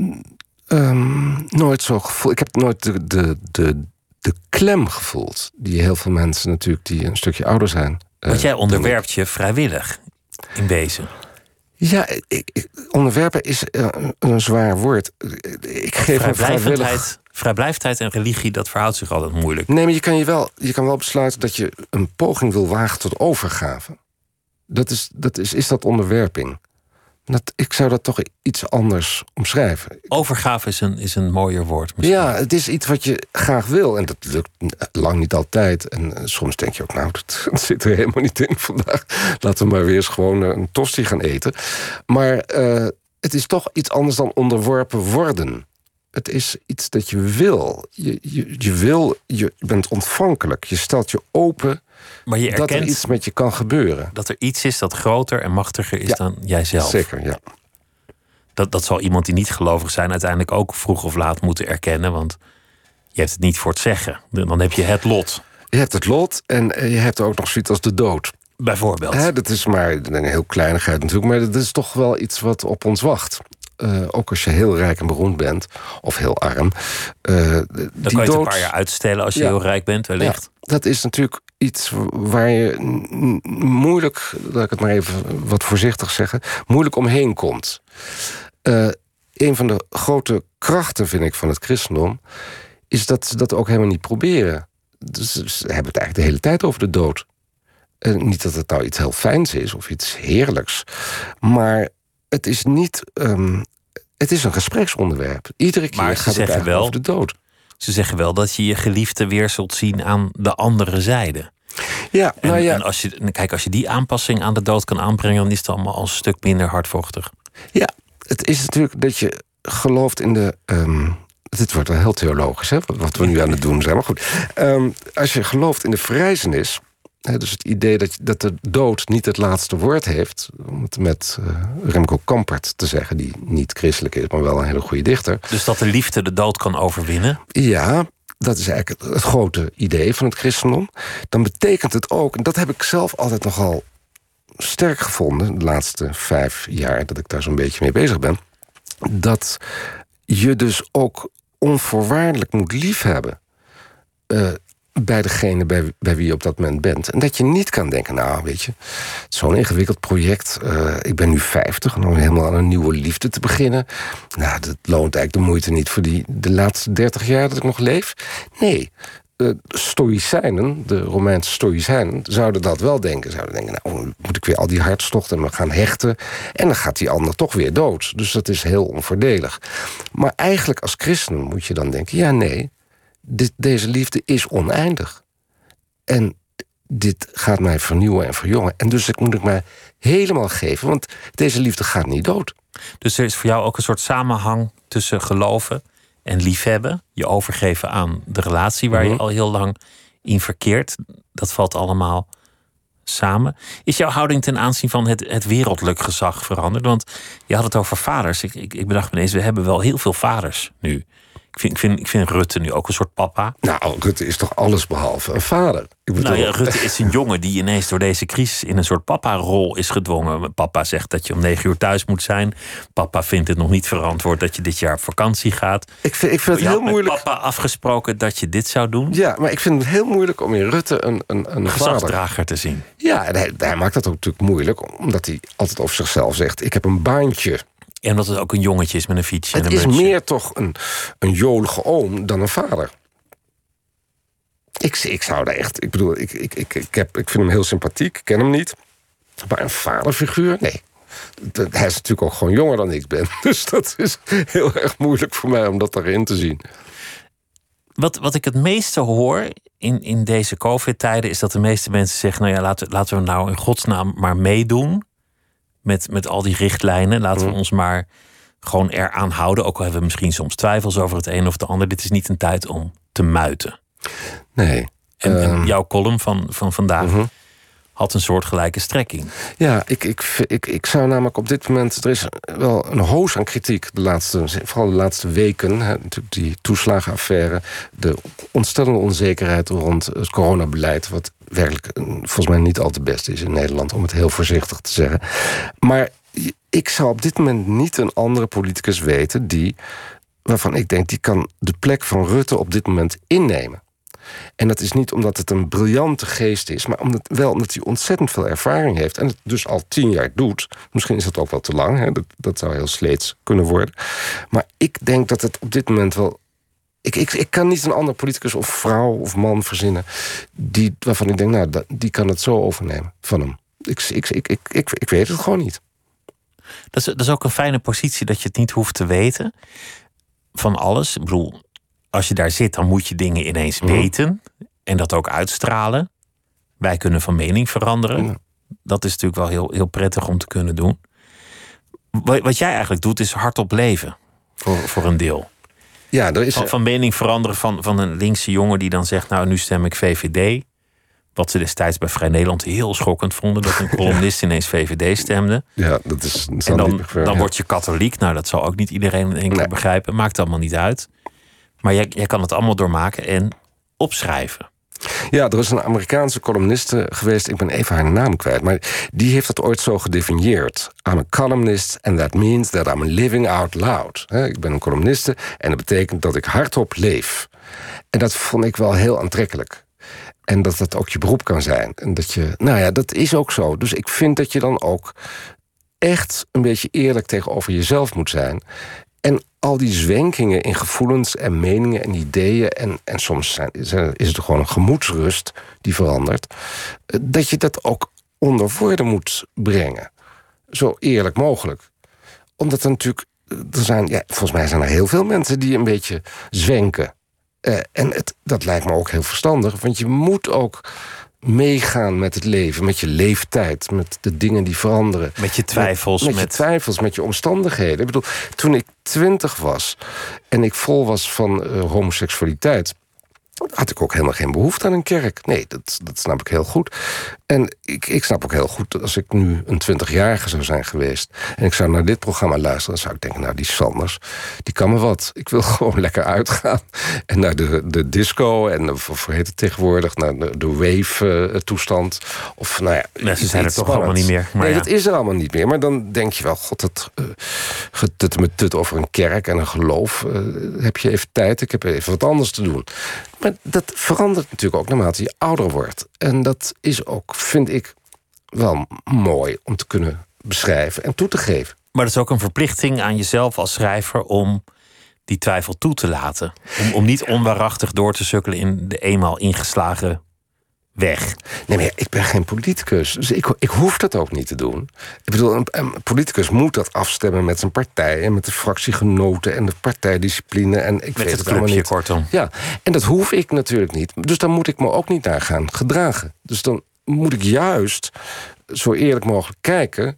um, nooit zo gevoeld. Ik heb nooit de, de, de, de klem gevoeld die heel veel mensen natuurlijk die een stukje ouder zijn. Want uh, jij onderwerpt je vrijwillig. In wezen. Ja, ik, ik, onderwerpen is uh, een zwaar woord. Ik geef me vrijwillig... Vrijblijvendheid en religie, dat verhoudt zich altijd moeilijk. Nee, maar je kan, je, wel, je kan wel besluiten dat je een poging wil wagen tot overgave. Dat is, dat is, is dat onderwerping? Dat, ik zou dat toch iets anders omschrijven. Overgave is een, is een mooier woord misschien. Ja, het is iets wat je graag wil. En dat lukt lang niet altijd. En uh, soms denk je ook, nou, dat, dat zit er helemaal niet in vandaag. Laten we maar weer eens gewoon uh, een tosti gaan eten. Maar uh, het is toch iets anders dan onderworpen worden. Het is iets dat je wil. Je, je, je wil, je bent ontvankelijk. Je stelt je open. Maar je erkent dat er iets met je kan gebeuren. Dat er iets is dat groter en machtiger is ja, dan jijzelf. Zeker, ja. Dat, dat zal iemand die niet gelovig zijn uiteindelijk ook vroeg of laat moeten erkennen. Want je hebt het niet voor het zeggen. Dan heb je het lot. Je hebt het lot en je hebt ook nog zoiets als de dood. Bijvoorbeeld. Hè, dat is maar een heel kleinigheid natuurlijk. Maar dat is toch wel iets wat op ons wacht. Uh, ook als je heel rijk en beroemd bent. Of heel arm. Uh, dan die kan je dood, het een paar jaar uitstellen als je ja, heel rijk bent, wellicht. Ja, dat is natuurlijk iets waar je moeilijk, laat ik het maar even wat voorzichtig zeggen, moeilijk omheen komt. Uh, een van de grote krachten, vind ik, van het christendom is dat ze dat ook helemaal niet proberen. Dus ze hebben het eigenlijk de hele tijd over de dood. Uh, niet dat het nou iets heel fijns is of iets heerlijks. Maar het is niet... Um, het is een gespreksonderwerp. Iedere keer maar gaat het eigenlijk wel, over de dood. Ze zeggen wel dat je je geliefde weer zult zien aan de andere zijde. Ja, en, nou ja. en als je, kijk, als je die aanpassing aan de dood kan aanbrengen, dan is het allemaal al een stuk minder hardvochtig. Ja, het is natuurlijk dat je gelooft in de... Um, dit wordt wel heel theologisch, hè, wat we nu aan het doen zijn. Maar goed, um, als je gelooft in de verrijzenis... He, dus het idee dat, dat de dood niet het laatste woord heeft... om het met uh, Remco Kampert te zeggen... die niet christelijk is, maar wel een hele goede dichter. Dus dat de liefde de dood kan overwinnen? Ja, dat is eigenlijk het, het grote idee van het christendom. Dan betekent het ook, en dat heb ik zelf altijd nogal sterk gevonden... de laatste vijf jaar dat ik daar zo'n beetje mee bezig ben... dat je dus ook onvoorwaardelijk moet liefhebben... Uh, bij degene bij, bij wie je op dat moment bent. En dat je niet kan denken, nou, weet je... zo'n ingewikkeld project, uh, ik ben nu vijftig... en om helemaal aan een nieuwe liefde te beginnen... nou, dat loont eigenlijk de moeite niet... voor die, de laatste dertig jaar dat ik nog leef. Nee, uh, stoïcijnen, de Romeinse stoïcijnen... zouden dat wel denken. Zouden denken, nou, moet ik weer al die hartstochten en gaan hechten... en dan gaat die ander toch weer dood. Dus dat is heel onvoordelig. Maar eigenlijk als christen moet je dan denken, ja, nee... Dit, deze liefde is oneindig. En dit gaat mij vernieuwen en verjongen. En dus ik moet ik mij helemaal geven, want deze liefde gaat niet dood. Dus er is voor jou ook een soort samenhang tussen geloven en liefhebben. Je overgeven aan de relatie waar je al heel lang in verkeert. Dat valt allemaal samen. Is jouw houding ten aanzien van het, het wereldlijk gezag veranderd? Want je had het over vaders. Ik, ik, ik bedacht me ineens, we hebben wel heel veel vaders nu. Ik vind, ik, vind, ik vind Rutte nu ook een soort papa. Nou, Rutte is toch alles behalve een vader? Ik bedoel... Nou ja, Rutte is een jongen die ineens door deze crisis... in een soort papa-rol is gedwongen. Papa zegt dat je om negen uur thuis moet zijn. Papa vindt het nog niet verantwoord dat je dit jaar op vakantie gaat. Ik vind, ik vind het je heel had met moeilijk... papa afgesproken dat je dit zou doen. Ja, maar ik vind het heel moeilijk om in Rutte een, een, een gezagsdrager vader... te zien. Ja, en hij, hij maakt dat ook natuurlijk moeilijk... omdat hij altijd over zichzelf zegt... ik heb een baantje... En omdat het ook een jongetje is met een fietsje en het een is mutsje. meer toch een, een jolige oom dan een vader. Ik, ik zou daar echt... Ik bedoel, ik, ik, ik, ik, heb, ik vind hem heel sympathiek. Ik ken hem niet. Maar een vaderfiguur? Nee. Hij is natuurlijk ook gewoon jonger dan ik ben. Dus dat is heel erg moeilijk voor mij om dat daarin te zien. Wat, wat ik het meeste hoor in, in deze COVID-tijden... is dat de meeste mensen zeggen... nou ja, laten, laten we nou in godsnaam maar meedoen... Met, met al die richtlijnen. Laten we ons maar gewoon eraan houden. Ook al hebben we misschien soms twijfels over het een of het ander. Dit is niet een tijd om te muiten. Nee. En, um, en jouw column van, van vandaag uh-huh. had een soortgelijke strekking. Ja, ik, ik, ik, ik zou namelijk op dit moment... Er is wel een hoos aan kritiek, de laatste, vooral de laatste weken. Hè, natuurlijk die toeslagenaffaire. De ontstellende onzekerheid rond het coronabeleid... wat werkelijk volgens mij niet al te best is in Nederland... om het heel voorzichtig te zeggen. Maar ik zou op dit moment niet een andere politicus weten... die, waarvan ik denk, die kan de plek van Rutte op dit moment innemen. En dat is niet omdat het een briljante geest is... maar omdat, wel omdat hij ontzettend veel ervaring heeft... en het dus al tien jaar doet. Misschien is dat ook wel te lang, hè? Dat, dat zou heel sleets kunnen worden. Maar ik denk dat het op dit moment wel... Ik, ik, ik kan niet een andere politicus of vrouw of man verzinnen... Die, waarvan ik denk, nou, die kan het zo overnemen van hem. Ik, ik, ik, ik, ik, ik weet het gewoon niet. Dat is, dat is ook een fijne positie dat je het niet hoeft te weten. Van alles. Ik bedoel, als je daar zit, dan moet je dingen ineens weten. En dat ook uitstralen. Wij kunnen van mening veranderen. Ja. Dat is natuurlijk wel heel, heel prettig om te kunnen doen. Wat jij eigenlijk doet, is hardop leven. Voor, voor een deel. Ja, er is... van, van mening veranderen van, van een linkse jongen die dan zegt... nou, nu stem ik V V D. Wat ze destijds bij Vrij Nederland heel schokkend vonden... dat een columnist ineens V V D stemde. Ja, dat is... Dat en dan, ver, dan ja. word je katholiek. Nou, dat zal ook niet iedereen in één keer nee. begrijpen. Maakt allemaal niet uit. Maar jij, jij kan het allemaal doormaken en opschrijven. Ja, er is een Amerikaanse columniste geweest... ik ben even haar naam kwijt... maar die heeft dat ooit zo gedefinieerd. I'm a columnist and that means that I'm living out loud. He, ik ben een columniste en dat betekent dat ik hardop leef. En dat vond ik wel heel aantrekkelijk. En dat dat ook je beroep kan zijn. En dat je, nou ja, dat is ook zo. Dus ik vind dat je dan ook echt een beetje eerlijk tegenover jezelf moet zijn... En al die zwenkingen in gevoelens en meningen en ideeën... en, en soms zijn, is het gewoon een gemoedsrust die verandert... dat je dat ook onder woorden moet brengen. Zo eerlijk mogelijk. Omdat er natuurlijk... Er zijn, ja, volgens mij zijn er heel veel mensen die een beetje zwenken. Uh, en het, dat lijkt me ook heel verstandig. Want je moet ook meegaan met het leven, met je leeftijd... met de dingen die veranderen. Met je twijfels. Met, met met... je twijfels, met je omstandigheden. Ik bedoel, toen ik twintig was en ik vol was van uh, homoseksualiteit... had ik ook helemaal geen behoefte aan een kerk. Nee, dat, dat snap ik heel goed. En ik, ik snap ook heel goed dat als ik nu een twintigjarige zou zijn geweest... en ik zou naar dit programma luisteren... dan zou ik denken, nou, die Sanders, die kan me wat. Ik wil gewoon lekker uitgaan. En naar de, de disco en, of hoe heet het tegenwoordig... naar de, de wave-toestand. Of, nou ja... Nee, ze zijn er toch allemaal niet meer. Maar nee, ja. dat is er allemaal niet meer. Maar dan denk je wel, god, dat uh, getut met tut over een kerk en een geloof... Uh, heb je even tijd, ik heb even wat anders te doen. Maar dat verandert natuurlijk ook naarmate je ouder wordt. En dat is ook, vind ik, wel mooi om te kunnen beschrijven en toe te geven. Maar dat is ook een verplichting aan jezelf als schrijver... om die twijfel toe te laten. Om, om niet onwaarachtig door te sukkelen in de eenmaal ingeslagen weg. Nee, maar ja, ik ben geen politicus. Dus ik, ik hoef dat ook niet te doen. Ik bedoel, een, een politicus moet dat afstemmen met zijn partij... en met de fractiegenoten en de partijdiscipline. En ik met weet het, het allemaal clubje, niet. kortom. Ja, en dat hoef ik natuurlijk niet. Dus dan moet ik me ook niet naar gaan gedragen. Dus dan moet ik juist zo eerlijk mogelijk kijken...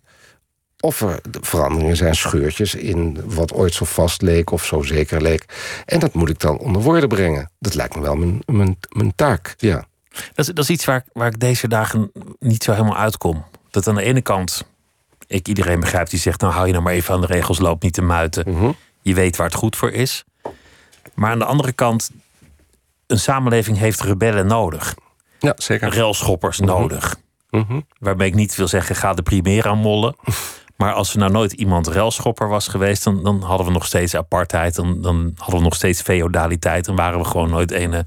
of er veranderingen zijn, scheurtjes in wat ooit zo vast leek... of zo zeker leek. En dat moet ik dan onder woorden brengen. Dat lijkt me wel mijn, mijn, mijn taak, ja. Dat is, dat is iets waar, waar ik deze dagen niet zo helemaal uitkom. Dat aan de ene kant ik iedereen begrijp die zegt... nou hou je nou maar even aan de regels, loop niet te muiten. Mm-hmm. Je weet waar het goed voor is. Maar aan de andere kant... een samenleving heeft rebellen nodig. Ja, zeker. Relschoppers mm-hmm. nodig. Mm-hmm. Waarbij ik niet wil zeggen, ga de Primera mollen. Maar als er nou nooit iemand relschopper was geweest... dan, dan hadden we nog steeds apartheid. Dan, dan hadden we nog steeds feodaliteit. Dan waren we gewoon nooit ene...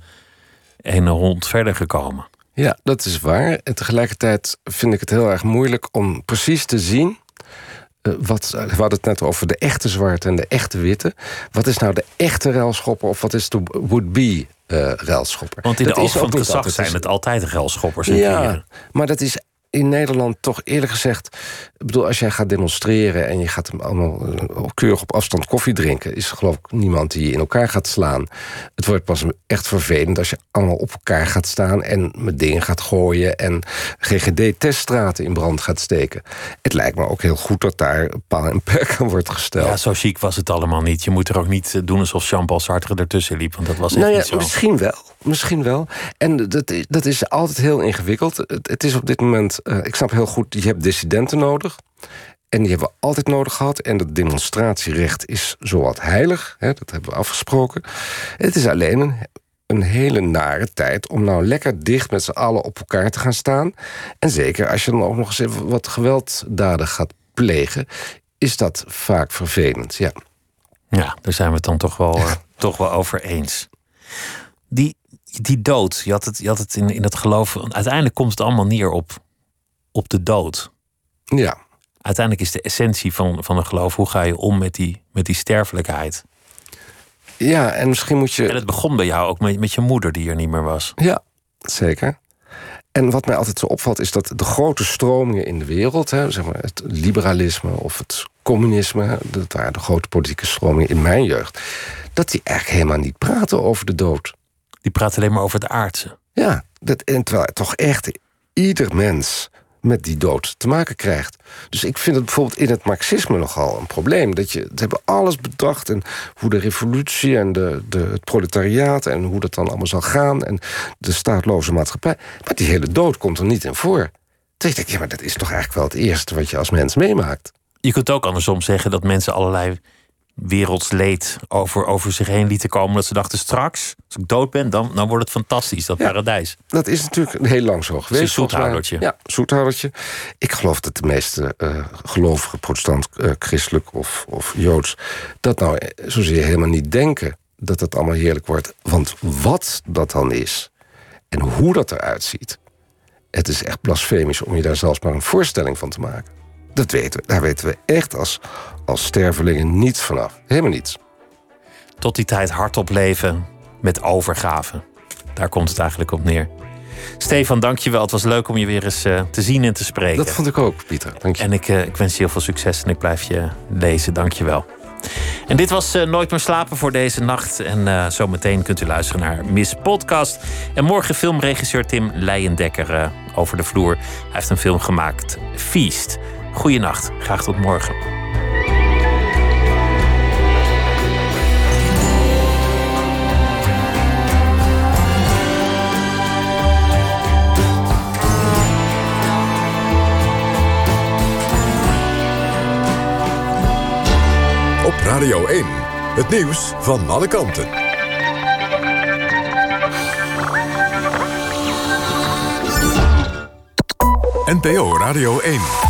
een hond verder gekomen. Ja, dat is waar. En tegelijkertijd vind ik het heel erg moeilijk om precies te zien... Uh, wat, we hadden het net over de echte zwarte en de echte witte. Wat is nou de echte railschopper of wat is de would-be uh, railschopper? Want in dat de ogen van het gezag altijd. zijn het altijd railschoppers. En ja, kleren. Maar dat is in Nederland toch eerlijk gezegd... Ik bedoel, als jij gaat demonstreren en je gaat hem allemaal keurig op afstand koffie drinken... is er geloof ik niemand die je in elkaar gaat slaan. Het wordt pas echt vervelend als je allemaal op elkaar gaat staan... en met dingen gaat gooien en G G D-teststraten in brand gaat steken. Het lijkt me ook heel goed dat daar paal en perk aan wordt gesteld. Ja, zo chic was het allemaal niet. Je moet er ook niet doen alsof Jean-Paul Sartre ertussen liep... want dat was echt nou ja, niet zo. Misschien wel. Misschien wel. En dat is, dat is altijd heel ingewikkeld. Het, het is op dit moment... Uh, ik snap heel goed, je hebt dissidenten nodig... En die hebben we altijd nodig gehad. En dat demonstratierecht is zowat heilig. Hè, dat hebben we afgesproken. Het is alleen een, een hele nare tijd... om nou lekker dicht met z'n allen op elkaar te gaan staan. En zeker als je dan ook nog eens even wat gewelddaden gaat plegen... is dat vaak vervelend, ja. Ja, daar zijn we het dan toch wel, uh, toch wel over eens. Die, die dood, je had het, je had het in, in het geloof... uiteindelijk komt het allemaal neer op, op de dood. Ja. Uiteindelijk is de essentie van, van een geloof... hoe ga je om met die, met die sterfelijkheid? Ja, en misschien moet je... En het begon bij jou ook met, met je moeder die er niet meer was. Ja, zeker. En wat mij altijd zo opvalt is dat de grote stromingen in de wereld... Hè, zeg maar het liberalisme of het communisme... dat waren de grote politieke stromingen in mijn jeugd... dat die eigenlijk helemaal niet praten over de dood. Die praten alleen maar over het aardse. Ja, dat, en terwijl toch echt ieder mens... met die dood te maken krijgt. Dus ik vind het bijvoorbeeld in het marxisme nogal een probleem. Dat je, ze hebben alles bedacht en hoe de revolutie en de, de, het proletariaat... en hoe dat dan allemaal zal gaan en de staatloze maatschappij. Maar die hele dood komt er niet in voor. Dus ik denk, ja, maar dat is toch eigenlijk wel het eerste... wat je als mens meemaakt. Je kunt ook andersom zeggen dat mensen allerlei... wereldsleed over, over zich heen lieten komen... dat ze dachten, straks, als ik dood ben... dan, dan wordt het fantastisch, dat ja, paradijs. Dat is natuurlijk heel lang zo geweest. Een zoethoudertje. Ja, zoethoudertje. Ik geloof dat de meeste uh, gelovige protestant, uh, christelijk of, of joods... dat nou zozeer helemaal niet denken dat het allemaal heerlijk wordt. Want wat dat dan is en hoe dat eruit ziet... het is echt blasfemisch om je daar zelfs maar een voorstelling van te maken. Dat weten we. Daar weten we echt als, als stervelingen niets vanaf. Helemaal niets. Tot die tijd hardop leven met overgave. Daar komt het eigenlijk op neer. Stefan, dank je wel. Het was leuk om je weer eens uh, te zien en te spreken. Dat vond ik ook, Pieter. Dank je. En ik, uh, ik wens je heel veel succes en ik blijf je lezen. Dank je wel. En dit was uh, Nooit meer slapen voor deze nacht. En uh, zometeen kunt u luisteren naar Miss Podcast. En morgen filmregisseur Tim Leijendekker uh, over de vloer. Hij heeft een film gemaakt, Feast. Goeienacht, graag tot morgen. Op Radio één, het nieuws van alle kanten. N P O Radio één.